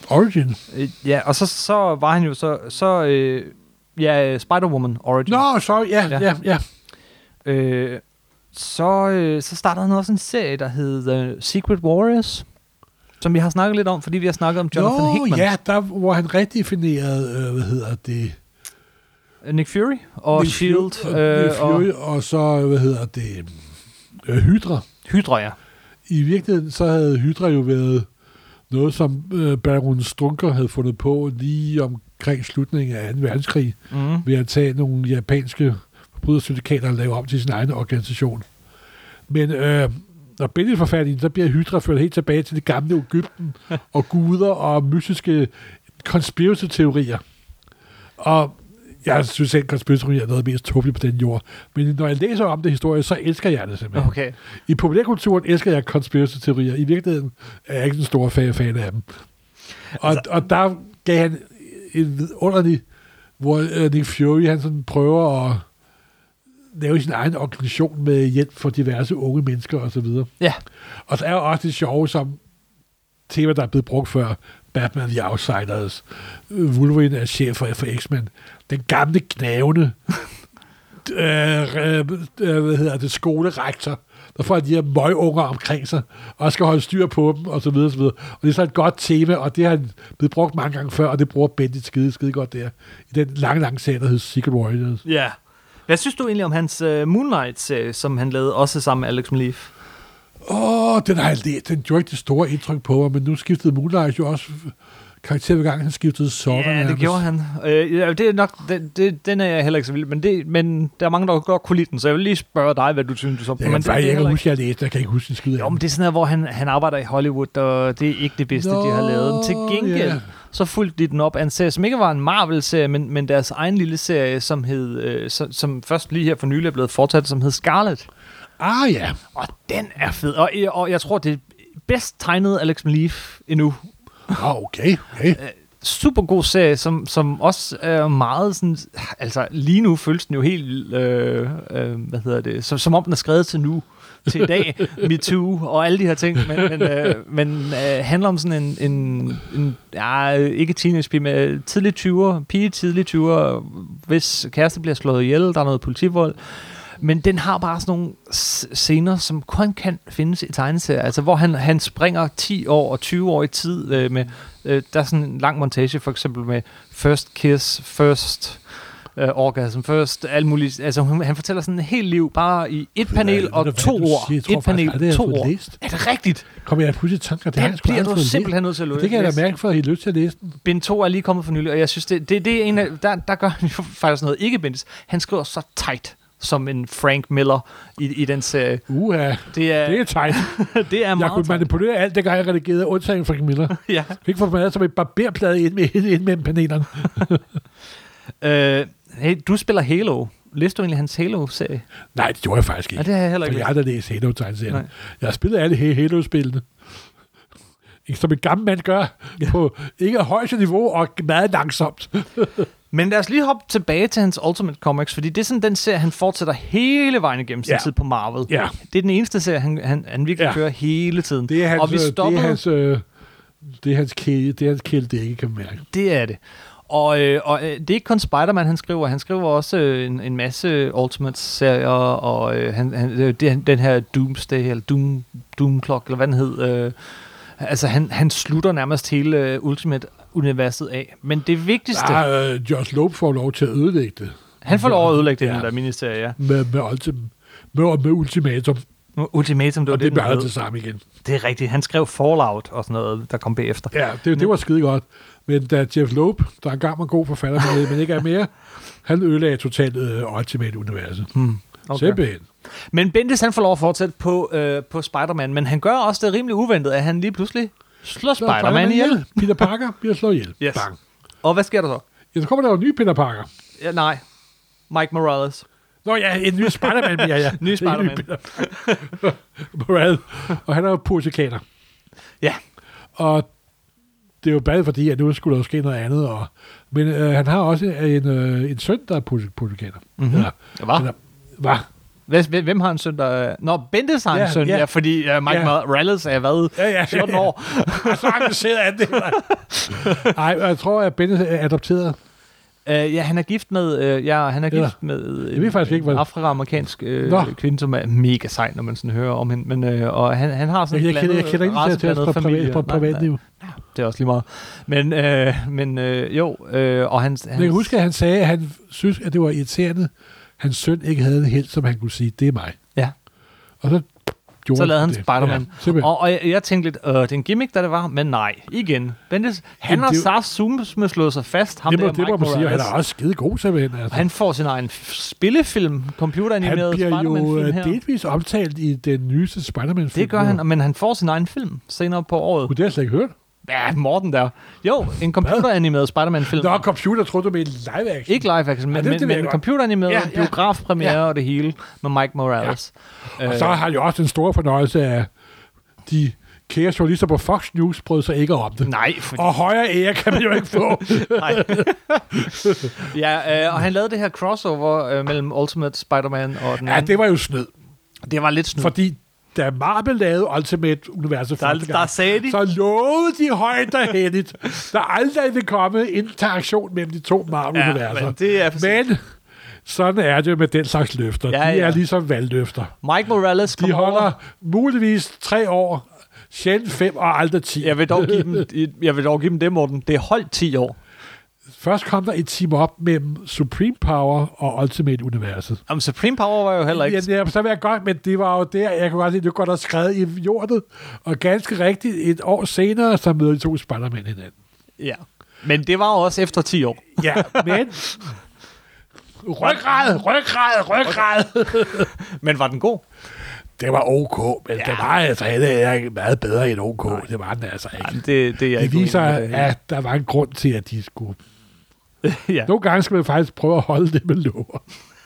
Origin. Øh, ja, og så, så var han jo så... så øh, ja, Spider-Woman Origin. Nå, så ja, ja, ja. ja. Øh, så, øh, så startede han også en serie, der hed uh, Secret Warriors, som vi har snakket lidt om, fordi vi har snakket om Jonathan Nå, Hickman. ja, der hvor han redefinerede, øh, hvad hedder det... Nick Fury og Nick Shield. Fury, øh, Nick Fury, og, og så, hvad hedder det... Øh, Hydra. Hydra, ja. I virkeligheden, så havde Hydra jo været noget, som øh, Baron Strunker havde fundet på lige omkring slutningen af anden verdenskrig, Mm. ved at tage nogle japanske forbrydersyndikater og lave om til sin egen organisation. Men øh, når Bendis var færdig, så bliver Hydra ført helt tilbage til det gamle Egypten og guder og mystiske conspiracy-teorier. Og jeg synes selv, at conspiracy-teorier er noget mest tåbeligt på den jord. Men når jeg læser om det historie, så elsker jeg det simpelthen. Okay. I populærkulturen elsker jeg conspiracy-teorier. I virkeligheden er jeg ikke en stor fan, fan af dem. Og, altså, og der gav han en vidunderlig, hvor uh, Nick Fury, han sådan prøver at lave sin egen organisation med hjælp for diverse unge mennesker og så videre. Ja. Og så er jo også det sjove, som tema, der er blevet brugt før, Batman The Outsiders, Wolverine er chef for, for X-Men, den gamle knævende øh, øh, hvad hedder det, skolerektor, der får de her møgunger omkring sig, og skal holde styr på dem, og så videre, og så videre. Og det er så et godt tema, og det har blevet brugt mange gange før, og det bruger Bendis skide, skide godt der, i den lange, lange serie, der hedder Secret Warriors. Ja. Hvad synes du egentlig om hans uh, Moonlight-serie, som han lavede også sammen med Alex Maleev? Åh, oh, den har jeg læst. Den gjorde ikke det store indtryk på mig, men nu skiftede Moonlight jo også karakter ved gang, han skiftede sådan. Ja, det nærmest. Gjorde han. Øh, ja, det er nok, det, det, den er jeg heller ikke så vild, men, det, men der er mange, der godt kunne lide den, så jeg vil lige spørge dig, hvad du synes om den. Ja, men det, det, jeg kan huske, jeg læste, jeg kan ikke huske en skid af. Jo, men det er sådan noget, hvor han, han arbejder i Hollywood, og det er ikke det bedste, Nå, de har lavet. Men til gengæld, yeah. så fulgte de den op af en serie, som ikke var en Marvel-serie, men, men deres egen lille serie, som hed, øh, som, som først lige her for nylig er blevet fortsat, som hed Scarlet. Ah ja. Og den er fed, og, og jeg tror, det er bedst tegnet Alex Maleev endnu. Ah, okay, okay. Super god serie, som, som også er meget sådan, altså lige nu føles den jo helt, øh, øh, hvad hedder det, som, som om den er skrevet til nu, til i dag, MeToo og alle de her ting, men, men, øh, men øh, handler om sådan en, en, en ja, ikke teenage-pige, men tidlig tyver, pige tidlig tyver, hvis kæreste bliver slået ihjel, der er noget politivold. Men den har bare sådan nogle scener, som kun kan findes i tegneserier. Altså, hvor han, han springer ti år og tyve år i tid øh, med... Øh, der er sådan en lang montage, for eksempel med first kiss, first øh, orgasm, first alt muligt. Altså, han, han fortæller sådan et helt liv bare i et panel ja, og to ord. Et panel, to ord. Er det rigtigt? Kommer jeg pludselig i tanker? Det den bliver du simpelthen nødt til at læse. Det kan jeg da mærke for, at I har lyst til at læse den. Bind to er lige kommet for nylig, og jeg synes, det, det, det er en af... Der, der gør han jo faktisk noget ikke Bendis. Han skriver så tight som en Frank Miller i, i den serie. Uha, det er, det er tight. Det er meget jeg kunne manipulere alt, det gang jeg redigerede, undtagen Frank Miller. Ja. Ikke få mig som et barberplade ind med, ind mellem panelerne. uh, hey, du spiller Halo. Læste du egentlig hans Halo-serie? Nej, det gjorde jeg faktisk ikke. Ja, det har jeg heller ikke. Jeg har aldrig læst Halo-tegneserien. Jeg har spillet alle Halo-spillene. Ikke som en gammel mand gør, ja. På ikke højeste niveau og meget langsomt. Men lad os lige hoppe tilbage til hans Ultimate Comics, fordi det er sådan den serie, han fortsætter hele vejen igennem sin ja. tid på Marvel. Ja. Det er den eneste serie, han, han, han virkelig ja. kører hele tiden. Det er hans, og vi stoppede, det er hans, øh, det er hans kæde, det er hans kæde, det ikke kan mærke. Det er det. Og, øh, og øh, det er ikke kun Spider-Man, han skriver. Han skriver også øh, en, en masse Ultimate-serier, og øh, han, han, det, den her Doomsday, eller Doom, Doom Clock, eller hvad den hed. Øh, altså, han, han slutter nærmest hele øh, Ultimate-universet af. Men det vigtigste... Ja, øh, Josh Loeb får lov til at ødelægge det. Han får lov at ødelægge det, ja. Den der miniserie, ja. Med, med, ultim, med, med Ultimatum. Ultimatum, det var og det, det blev det samme igen. Det er rigtigt. Han skrev Fallout og sådan noget, der kom bagefter. Ja, det, det var skide godt. Men da Jeff Loeb, der engang var god forfatter med det, men ikke er mere, han ødelagde totalt uh, Ultimate-universet. Hmm. Okay. Simpelthen. Men Bendis, han får lov at fortsætte på, øh, på Spider-Man, men han gør også det rimelig uventet, at han lige pludselig slår Spider-Man, Spider-Man ihjel. Peter Parker bliver slået ihjel. Yes. Bang. Og hvad sker der så? Ja, så kommer der jo en ny Peter Parker. Ja, nej. Mike Morales. Nå ja, en ny Spider-Man bliver ja. Ny Spider-Man. Morales. Og han er jo politikaner. Ja. Og det er jo bare fordi, at nu skulle der ske noget andet. Og, men øh, han har også en, øh, en søn, der er politikaner. Mm-hmm. Eller, hvad? Hvad? Hvem, hvem har en søn, der... Nå, Bendis har Ja, en søn, ja. ja, fordi uh, Mike Ja. Morales er været Ja, ja, fjorten ja, ja. år. Og så engageret af det. Nej, jeg tror, at Bendis er adopteret. Uh, ja, han er gift med... Uh, ja, han er Ja. gift med Jeg ved faktisk ikke, hvad- en afroamerikansk uh, Nå. kvinde, som er mega sej, når man sådan hører om hende. Men, uh, og han, han har sådan Jeg, jeg, kender, jeg blandet- kender ikke til at raceblandet fra familie. privat, fra Nej, nej. privatliv. Det er også lige meget. Men, øh, men øh, jo, øh, og han... Men jeg kan huske, at han sagde, at han synes, at det var irriterende, hans søn ikke havde en held, som han kunne sige, det er mig. Ja. Og så gjorde Så lavede han det. Spider-Man. Ja, simpelthen. og, og jeg, jeg tænkte lidt, øh, det er en gimmick, der det var, men nej, igen. Bendis, han Jamen, har det er så zoomet med slået sig fast, ham det må, der det Mike må man sige, og han Morales. er også skide god, simpelthen. Altså. Og han får sin egen f- spillefilm, Han computeranimeret bliver jo Spider-Man-film øh, her. delvis omtalt i den nyeste Spider-Man-film. Det gør han, men han får sin egen film senere på året. Kunne det har jeg slet ikke hørt? Ja, Morten der. Jo, en computeranimeret Spider-Man-film. Nå, computer, troede du med live action? Ikke live action, men, det- det men, ved jeg men godt. computeranimeret, Ja, ja, ja. biografpremiere Ja. og det hele med Mike Morales. Og så har han jo også den store fornøjelse af de kære journalister på Fox News prøvede sig ikke om det. Nej, fordi... Og højere ære kan man jo ikke få. Nej. ja, øh, og han lavede det her crossover øh, mellem Ultimate Spider-Man og den Ja, anden. det var jo snyd. det var lidt snyd. Fordi da Marvel lavede Ultimate-universet Der, første der gang, sagde de... så lovede de højt og heldigt, der aldrig vil komme interaktion mellem de to Marvel-universer. ja, men det er for sent. Men sådan er det jo med den slags løfter. Ja, De ja. er ligesom valgløfter. Mike Morales De kom holder over. muligvis tre år, sjældent fem og aldrig ti. Jeg vil, dog give dem, jeg vil dog give dem det, Morten. Det holdt ti år. Først kom der et team op mellem Supreme Power og Ultimate-universet. Om Supreme Power var jo heller ikke... Ja, det, så vil jeg godt, men det var jo der, jeg kunne godt se, det var godt skrevet i jordet, og ganske rigtigt et år senere, så møder de to Spider-Man hinanden. Ja. Men det var jo også efter ti år. Ja, men... Ryggrad, ryggrad, ryggrad. Men var den god? Det var ok, men ja. det var altså heller ikke meget bedre end ok. Nej. Det var den altså ikke. Jamen, det, det er jeg Det ikke viser, uenig med. at der var en grund til, at de skulle... ja. Nogle gange skal man faktisk prøve at holde det med lover.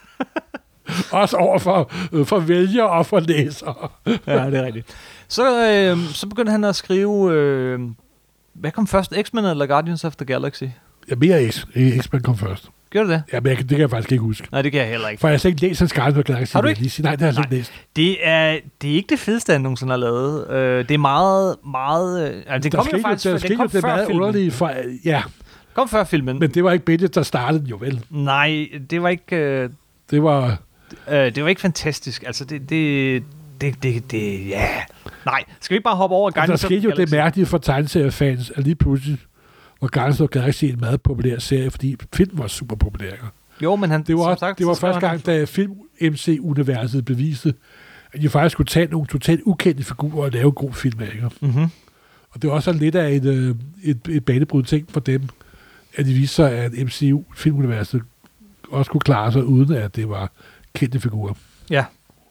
Også over for, for vælgere og for læsere. ja, det er rigtigt. Så, øh, så begyndte han at skrive... Øh, hvad kom først? X-Men eller Guardians of the Galaxy? Ja, mere X. X-Men kom først. Gjorde det det? Ja, men jeg, det kan jeg faktisk ikke huske. Nej, det kan jeg heller ikke. For jeg har slet ikke læst hans Guardians of the Galaxy. Har du vil jeg ikke? Lige sige. Nej, det har jeg slet ikke Nej. læst. Det er, det er ikke det fedeste, han nogensinde har lavet. Øh, det er meget, meget... Øh, altså, det Der kom jo skete faktisk... der det skete kom jo det før meget filmen. underlige for, ja, kom før filmen. men det var ikke Bendis, der startede den jo vel. Nej, det var ikke... Øh, Det var... øh, det var ikke fantastisk. Altså, det... det det, det, det, ja. Nej, skal vi ikke bare hoppe over Altså, der Guardians of skete the jo det Galaxy? mærkelige for tegneseriefans, at lige pludselig var Guardians of the Galaxy en meget populær serie, fordi film var super populær. Jo, men han... Det var, som også, sagt, det var så skrev første han- gang, da film-M C-universet beviste, at de faktisk kunne tage nogle totalt ukendte figurer og lave en god film af. Ikke? Mhm. Og det var også lidt af et, øh, et, et banebryd ting for dem, at de viste sig, at M C U-filmuniverset også kunne klare sig, uden at det var kendte figurer. Ja.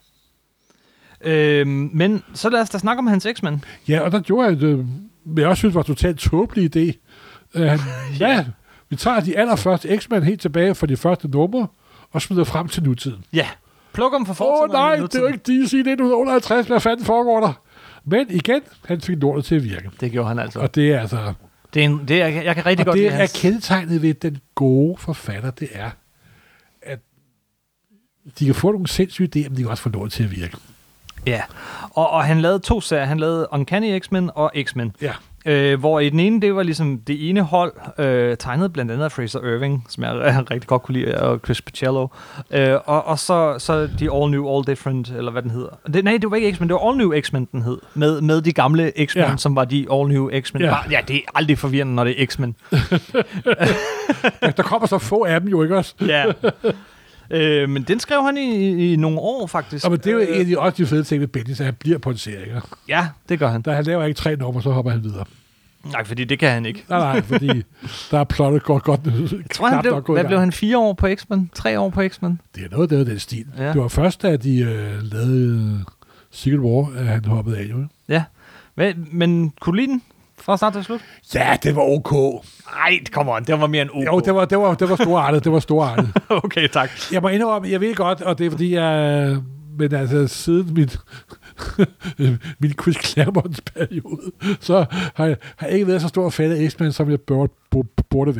Øhm, men så lad os da snakke om hans X-Men. Ja, og der gjorde jeg det, men jeg også synes, var totalt tåbelig idé. Uh, ja, vi tager de allerførste X-Men helt tilbage fra de første numre, og smider frem til nutiden. Ja. Pluk dem for Åh fortiden. oh, nej, det er jo ikke D C nitten otteoghalvtreds, hvad fanden foregår der? Men igen, han fik lortet til at virke. Det gjorde han altså. Og det er altså... Det er en, det er, jeg kan rigtig Og godt det lide er hans... kendetegnet ved den gode forfatter, det er, at de kan få nogle sindssyge idéer, men de kan også få lortet til at virke. Ja, og, og han lavede to serier. Han lavede Uncanny X-Men og X-Men. Ja. Øh, hvor i den ene, det var ligesom det ene hold, øh, tegnet blandt andet af Fraser Irving, som jeg rigtig godt kunne lide, og Chris Picciello. Øh, og, og så, så de All New, All Different, eller hvad den hedder. Det, nej, det var ikke X-Men, det var All New X-Men, den hed. Med, med de gamle X-Men, Ja. som var de All New X-Men. Ja. Bare, ja, det er aldrig forvirrende, når det er X-Men. Ja, der kommer så få af dem jo, ikke også? Ja. øh, men den skrev han i, i, i nogle år, faktisk. Og men det er jo Øh, en af de, også de fede ting ved Bendis, at han bliver på en serie. Ikke? Ja, det gør han. Da han laver ikke tre numre, så hopper han videre. Nej, fordi det kan han ikke. Nej, nej, fordi der er plottet godt, godt Jeg tror, han blev, hvad blev han? Fire år på X-Men? Tre år på X-Men? Det er noget, der er den stil. Ja. Ja. Det var først, da de øh, lavede øh, Civil War, at han hoppede af. Jo. Ja. Men, men kunne du lide den fra start til slut? Ja, det var ok. Nej, come on. Det var mere end OK. Jo, det var, det var, det var storartet. Det var storartet. okay, tak. Jeg må indrømme, jeg ved godt, og det er fordi, jeg... Men altså, siden min, min Chris Claremont-periode, så har jeg, har jeg ikke været så stor fan af X-Men, som jeg burde, burde være.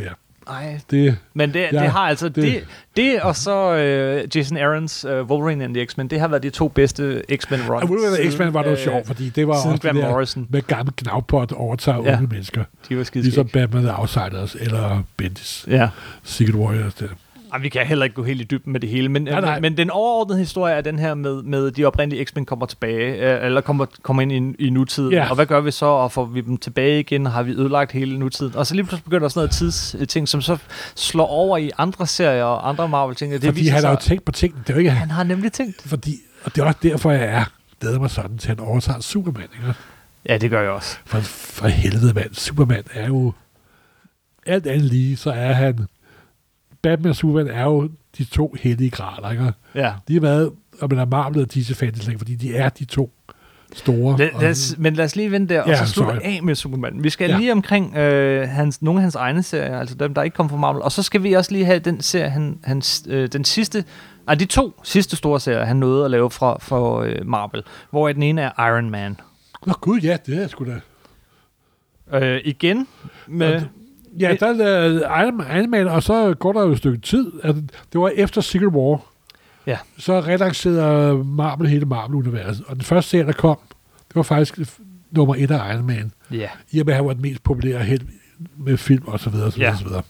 Nej, Det, men det, ja, det har altså... det- Det, det og så øh, Jason Aaron's øh, Wolverine and the X-Men, det har været de to bedste X-Men runs. Ja, Wolverine X-Men var noget øh, sjovt, fordi det var siden også det Grant der Morrison. med gamle knavpot overtager Ja. unge mennesker. De var skide Ligesom skæg. Batman The Outsiders eller Bendis. Ja. Secret Warriors. Det. Ej, vi kan heller ikke gå helt i dybden med det hele, men, Nej, nej. men den overordnede historie er den her med, med de oprindelige X-Men kommer tilbage, øh, eller kommer, kommer ind i, i nutiden. Ja. Og hvad gør vi så? Og får vi dem tilbage igen? Har vi ødelagt hele nutiden? Og så lige pludselig begynder der sådan noget tidsting, som så slår over i andre serier og andre Marvel-ting. Det Fordi viser han har jo sig- tænkt på tingene. Det er jo ikke, Han har nemlig tænkt. fordi, og det er også derfor, jeg er glæder mig sådan til, at han overtager Superman. Ikke? Ja, det gør jeg også. For, for helvede, mand. Superman er jo... Alt andet lige, så er han... Batman og Superman er jo de to hellige grader, ikke? Ja. De har været, og man har Marvel og D C Fantasy, fordi de er de to store. Lad, og- lad os, men lad os lige vente der, og Ja, så slutte sorry. af med Superman. Vi skal Ja. lige omkring øh, hans, nogle af hans egne serier, altså dem, der ikke kom fra Marvel. Og så skal vi også lige have den serie, han, hans, øh, den sidste, nej, de to sidste store serier, han nåede at lave fra, for øh, Marvel. Hvor den ene er Iron Man. Nå gud, ja, det er sgu da. Øh, igen med... Ja, der er Iron Man, Iron Man, og så går der jo et stykke tid. Altså, det var efter Secret War. Ja. Så relancerede Marvel hele Marvel-universet. Og den første serie, der kom, det var faktisk nummer et af Iron Man. Ja. I og med, at han var den mest populære helt med film og så videre, og så videre, Ja. og så videre.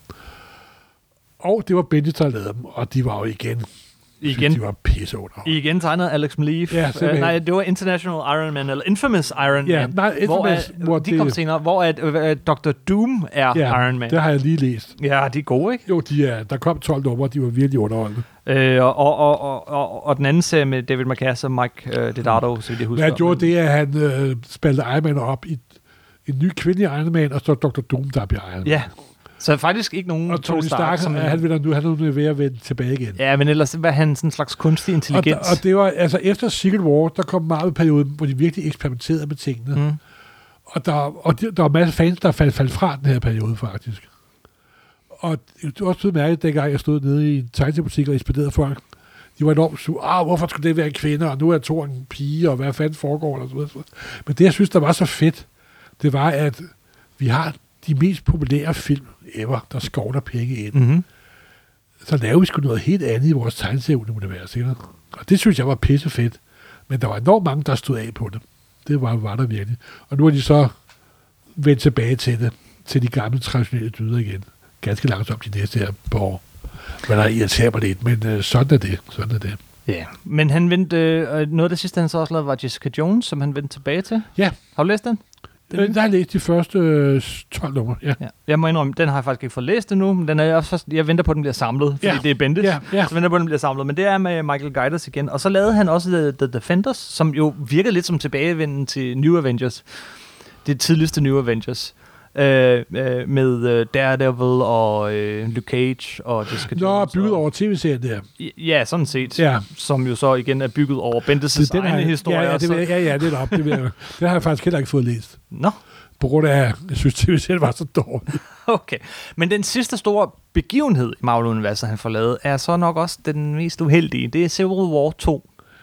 Og det var Bendis, der lavede dem, og de var jo igen, Igen, de var pisse under. igen tegnet Alex Maleev. Ja, øh, simpelthen. nej, det var International Iron Man, eller Infamous Iron Ja, Man. nej, hvor, Infamous, er, hvor de det- kom senere, hvor at, øh, doktor Doom er Ja, Iron Man. det har jeg lige læst. Ja, de er gode, ikke? Jo, de er, der kom tolv numre, de var virkelig underholdende. Øh, og, og, og, og, og, og den anden serie med David Marcasse og Mike øh, Deodato, så vidt jeg husker. Men han gjorde det, at han øh, spaltede Iron Man op i en ny kvindelig Iron Man, og så doktor Doom, der bliver Iron Man. Ja, så faktisk ikke nogen Og Tony Stark, som som han vil nu, han er nu ved at vende tilbage igen. Ja, men ellers var han sådan en slags kunstig og, intelligens. og det var, altså efter Secret War, der kom Marvel-perioden, hvor de virkelig eksperimenterede med tingene. Mm. Og, der, og de, der var masser af fans, der faldt, faldt fra den her periode, faktisk. Og det var også udmærket, dengang jeg stod nede i en tegneseriebutik og ekspederede folk. De var enormt sure. Ah, hvorfor skulle det være en kvinde, og nu er Thor en pige, og hvad fanden foregår, og så videre. Men det, jeg synes, der var så fedt, det var, at vi har de mest populære film ever, der skovler penge ind. Mm-hmm. Så laver vi sgu noget helt andet i vores tegneserieunivers, ikke? Og det synes jeg var pisse fedt. Men der var enormt mange, der stod af på det. Det var, var der virkelig. Og nu er de så vendt tilbage til det, til de gamle traditionelle dyder igen. Ganske langsomt de næste her par år. Men der irriterer mig lidt, men øh, sådan er det. Sådan er det. Ja, men han vendte, øh, noget af det sidste, han så også lavede, var Jessica Jones, som han vendte tilbage til. Ja. Har du læst den? Øh, Der har jeg læst de første øh, tolv numre. Ja. Ja. Jeg må indrømme, den har jeg faktisk ikke fået læst endnu, men den er også først, jeg venter på, at den bliver samlet, fordi Ja. det er Bendis. Ja, ja. Så venter jeg på, at den bliver samlet. Men det er med Michael Gaius igen. Og så lavede han også The, The Defenders, som jo virkede lidt som tilbagevenden til New Avengers. Det tidligste New Avengers. Øh, øh, med øh, Daredevil og øh, Luke Cage og Jessica Nå, Jones. bygget og, over tv-serien der. Ja, sådan set. Ja. Som jo så igen er bygget over Bendis' Den har egne jeg- historier. Ja, ja, det, vil, jeg- ja, ja, det er op. Det, vil, jeg- det har jeg faktisk heller ikke fået læst. Nå, På grund af, at jeg synes, tv-serien var så dårlig. okay. Men den sidste store begivenhed i Marvel-universet, han får lavet, er så nok også den mest uheldige. Det er Civil War to.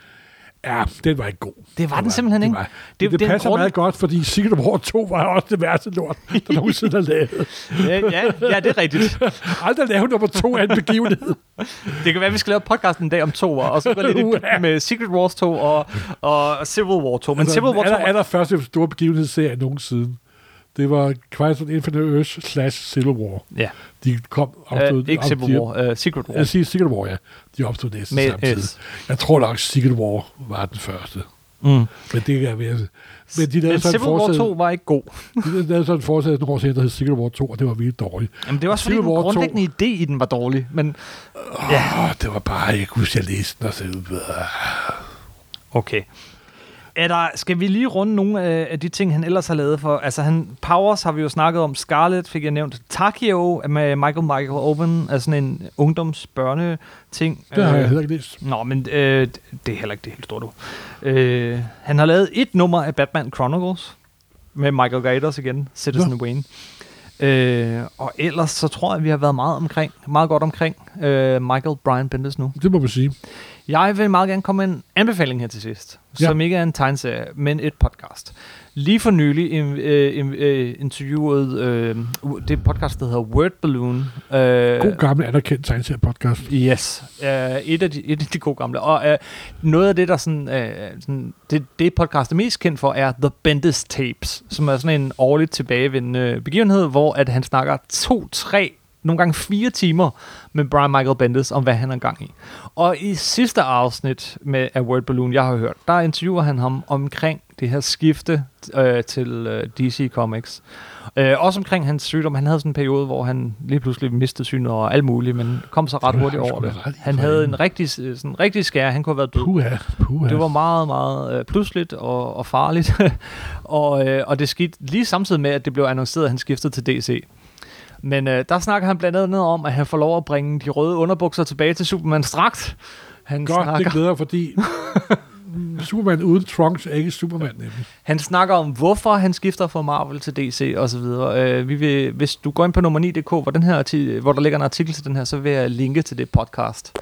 Ja, den var ikke god. Det var den simpelthen det ikke. Var. Det- Det, det, det er en passer grund- meget godt, fordi Secret War to var også det værste lort, der nogensinde er lavet. Ja, ja, ja, det er rigtigt. Aldrig lave nummer to af en begivenhed. Det kan være, at vi skal lave podcasten en dag om to, og så gå lidt i Uha. dybden med Secret Wars to og, og Civil War to. Men altså, Civil War to... aller, aller første store begivenhedsserie nogensinde. Det var Crisis on Infinite Earth slash Civil War. Ja, De kom opstod, uh, ikke op- Civil de- War, uh, Secret War. Jeg siger Secret War, ja. De opstod næsten Med samtidig. S. Jeg tror nok, Secret War var den første. Mm. Men det kan være. Men de lavede Men sådan Civil War to var ikke god. De lavede sådan en forsæt nogle år senere, der hed Secret War to, og det var virkelig dårligt. Jamen, det var også fordi, Civil den War to- grundlæggende idé i den var dårlig. Men Ja. Oh, det var bare, jeg kunne huske, jeg læste den, og så... okay. Er der, skal vi lige runde nogle af, af de ting, han ellers har lavet for? Altså, han, Powers har vi jo snakket om. Scarlet fik jeg nævnt. Takeo med Michael Michael Owen er sådan en ungdomsbørne-ting. Det har jeg Øh, heller ikke læst. Nå, men øh, det er heller ikke det helt store, du. Øh, han har lavet et nummer af Batman Chronicles med Michael Gaius igen, Citizen Nå. Wayne. Øh, og ellers så tror jeg, vi har været meget omkring, meget godt omkring øh, Michael Brian Bendis nu. Det må man sige. Jeg vil meget gerne komme med en anbefaling her til sidst, ja. som ikke er en tegneserie, men et podcast. Lige for nylig in, øh, in, øh, interviewet øh, det podcast, der hedder Word Balloon. Øh, God gammel, anerkendt tegneserie-podcast. Yes, øh, et, af de, et af de gode gamle. Og øh, noget af det, der sådan, øh, sådan det, det podcast er mest kendt for, er The Bendis Tapes, som er sådan en årligt tilbagevendende begivenhed, hvor at han snakker to, tre, nogle gange fire timer med Brian Michael Bendis om, hvad han er gang i. Og i sidste afsnit med af Word Balloon, jeg har hørt, der interviewer han ham omkring det her skifte øh, til øh, D C Comics. Øh, også omkring hans sygdom. Han havde sådan en periode, hvor han lige pludselig mistede synet og alt muligt, men kom så ret hurtigt over det. Han havde en rigtig, sådan rigtig skære. Han kunne have været død. Puha, puha. Det var meget, meget øh, pludseligt og, og farligt. og, øh, og det skete lige samtidig med, at det blev annonceret, at han skiftede til D C. Men øh, der snakker han blandt andet om, at han får lov at bringe de røde underbukser tilbage til Supermans dragt. Han Godt, snakker... det glæder, fordi Superman uden trunks er ikke Superman, nemlig. Han snakker om, hvorfor han skifter fra Marvel til D C og så videre. Øh, vi vil, hvis du går ind på nummer ni punktum d k, hvor, den her arti- hvor der ligger en artikel til den her, så vil jeg linke til det podcast.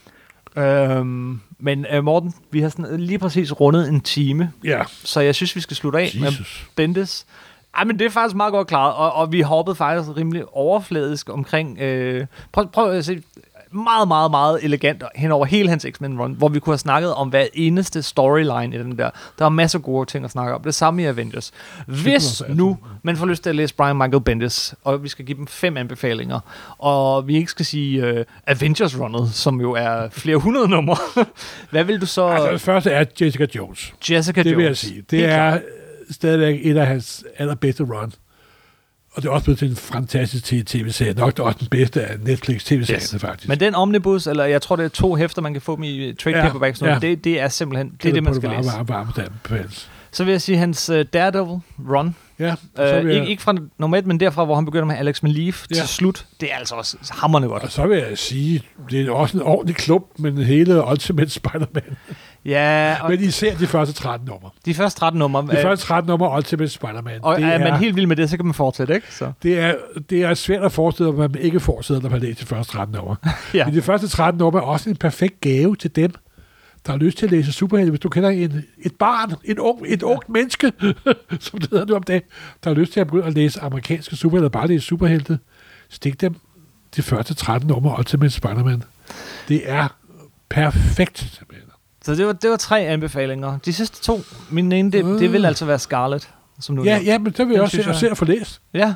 Øhm, men øh, Morten, vi har sådan lige præcis rundet en time, Ja. så jeg synes, vi skal slutte af Jesus. med Bendis. Ej, men det er faktisk meget godt klaret, og, og vi hoppede faktisk rimelig overfladisk omkring... Øh, prøv, prøv at se... Meget, meget, meget elegant hen over hele hans X-Men run, hvor vi kunne have snakket om hver eneste storyline i den der. Der er masser af gode ting at snakke om. Det samme i Avengers. Hvis nu man får lyst til at læse Brian Michael Bendis, og vi skal give dem fem anbefalinger, og vi ikke skal sige uh, Avengers runnet, som jo er flere hundrede numre, hvad vil du så... Altså, det første er Jessica Jones. Jessica det Jones. vil jeg sige. Det Helt er klar. stadigvæk et af hans allerbedste run. Og det er også blevet til en fantastisk tv-serie. Nok det er også den bedste af Netflix-tv-serierne, yes. faktisk. Men den omnibus, eller jeg tror, det er to hæfter, man kan få dem i trade ja, paperbacks, ja. det, det er simpelthen det, er det man skal læse. Varme, varme, varme, så vil jeg sige hans uh, Daredevil run. Ja, uh, jeg... ikke, ikke fra nummer et, men derfra, hvor han begynder med Alex Maleev ja. til slut. Det er altså også hammerende godt. Og så vil jeg sige, det er også en ordentlig klub, men hele Ultimate Spider-Man. Ja, og men især de første tretten numre. De første tretten numre. De første tretten numre Ultimate Spider-Man. Og det er, er man helt vild med det, så kan man fortsætte, ikke? Så. Det, er, det er svært at forestille, at man ikke fortsætter, når man læser de første tretten numre. ja. Men de første tretten numre er også en perfekt gave til dem, der har lyst til at læse superhelte. Hvis du kender en, et barn, en ung, et ungt menneske, som det hedder nu om dagen, der har lyst til at begynde at læse amerikanske superhelte, bare læse superhelte, stik dem de første tretten numre Ultimate Spider-Man. Det er perfekt, simpelthen. Så det var, det var tre anbefalinger. De sidste to, min ene, det, øh. det vil altså være Scarlet. Som nu ja, ja, men det vil jeg også se, se at få læst. Ja.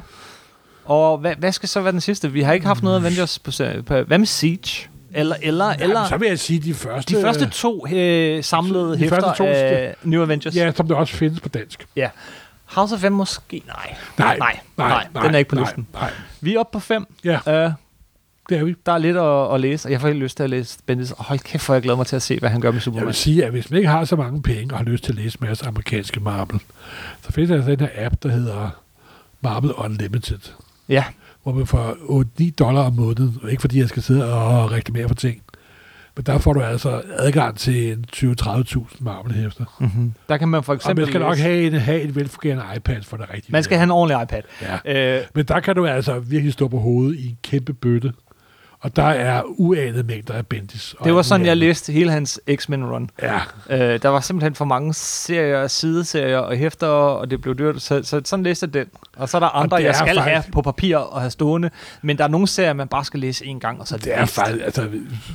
Og hvad, hvad skal så være den sidste? Vi har ikke haft noget Avengers på serien. Hvad med Siege? Eller, eller, ja, eller så vil jeg sige de første... De første to øh, samlede de hæfter to, af New Avengers. Ja, som det også findes på dansk. Ja. House of M måske? Nej. Nej, nej, nej, nej, nej den er ikke på listen. Nej, nej. Vi er oppe på fem. Ja, uh, det er vi. Der er lidt at, at læse, og jeg får helt lyst til at læse Bendis. Hold kæft, for jeg glæder mig til at se, hvad han gør med Superman. Jeg vil sige, at hvis man ikke har så mange penge og har lyst til at læse en masse amerikanske Marvel, så findes der altså den her app, der hedder Marvel Unlimited. Ja. Hvor man får otte ni dollar om måneden, og ikke fordi jeg skal sidde og reklamere for ting. Men der får du altså adgang til tyve til tredive tusind Marvel-hæfter. Mm-hmm. Der kan man for eksempel... Og man skal nok have en, have en velfungerende iPad for det rigtige. Man skal have en ordentlig iPad. Ja. Øh. Men der kan du altså virkelig stå på hovedet i en kæmpe bøtte. Og der er uanede mængder af Bendis. Det var sådan, jeg læste hele hans X-Men run. Ja. Øh, der var simpelthen for mange serier, sideserier og hæfter, og det blev dyrt. Så, så sådan læste jeg den. Og så er der andre, jeg skal faktisk have på papir og have stående. Men der er nogle serier, man bare skal læse en gang, og så er det Det er læst. faktisk altså,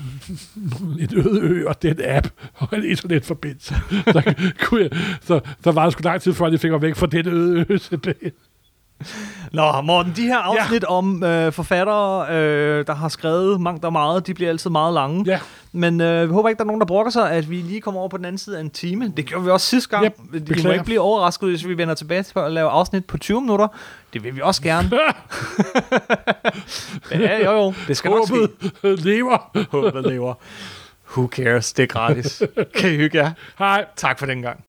en øde ø og den app og en internetforbindelse. så, kunne jeg, så, så var det sgu lang tid før, de fik mig væk fra den øde ø. Nå, Morten, de her afsnit ja. om øh, forfattere, øh, der har skrevet mangt og meget, de bliver altid meget lange. Ja. Men øh, vi håber ikke, der er nogen, der brokker sig, at vi lige kommer over på den anden side af en time. Det gjorde vi også sidste gang. Ja, vi må ikke blive overrasket, hvis vi vender tilbage til at lave afsnit på tyve minutter. Det vil vi også gerne. ja, jo, jo. Det skal nok ske. Håbet lever. Håbet lever. Who cares? Det er gratis. Kan I hygge jer? Hej. Tak for den gang.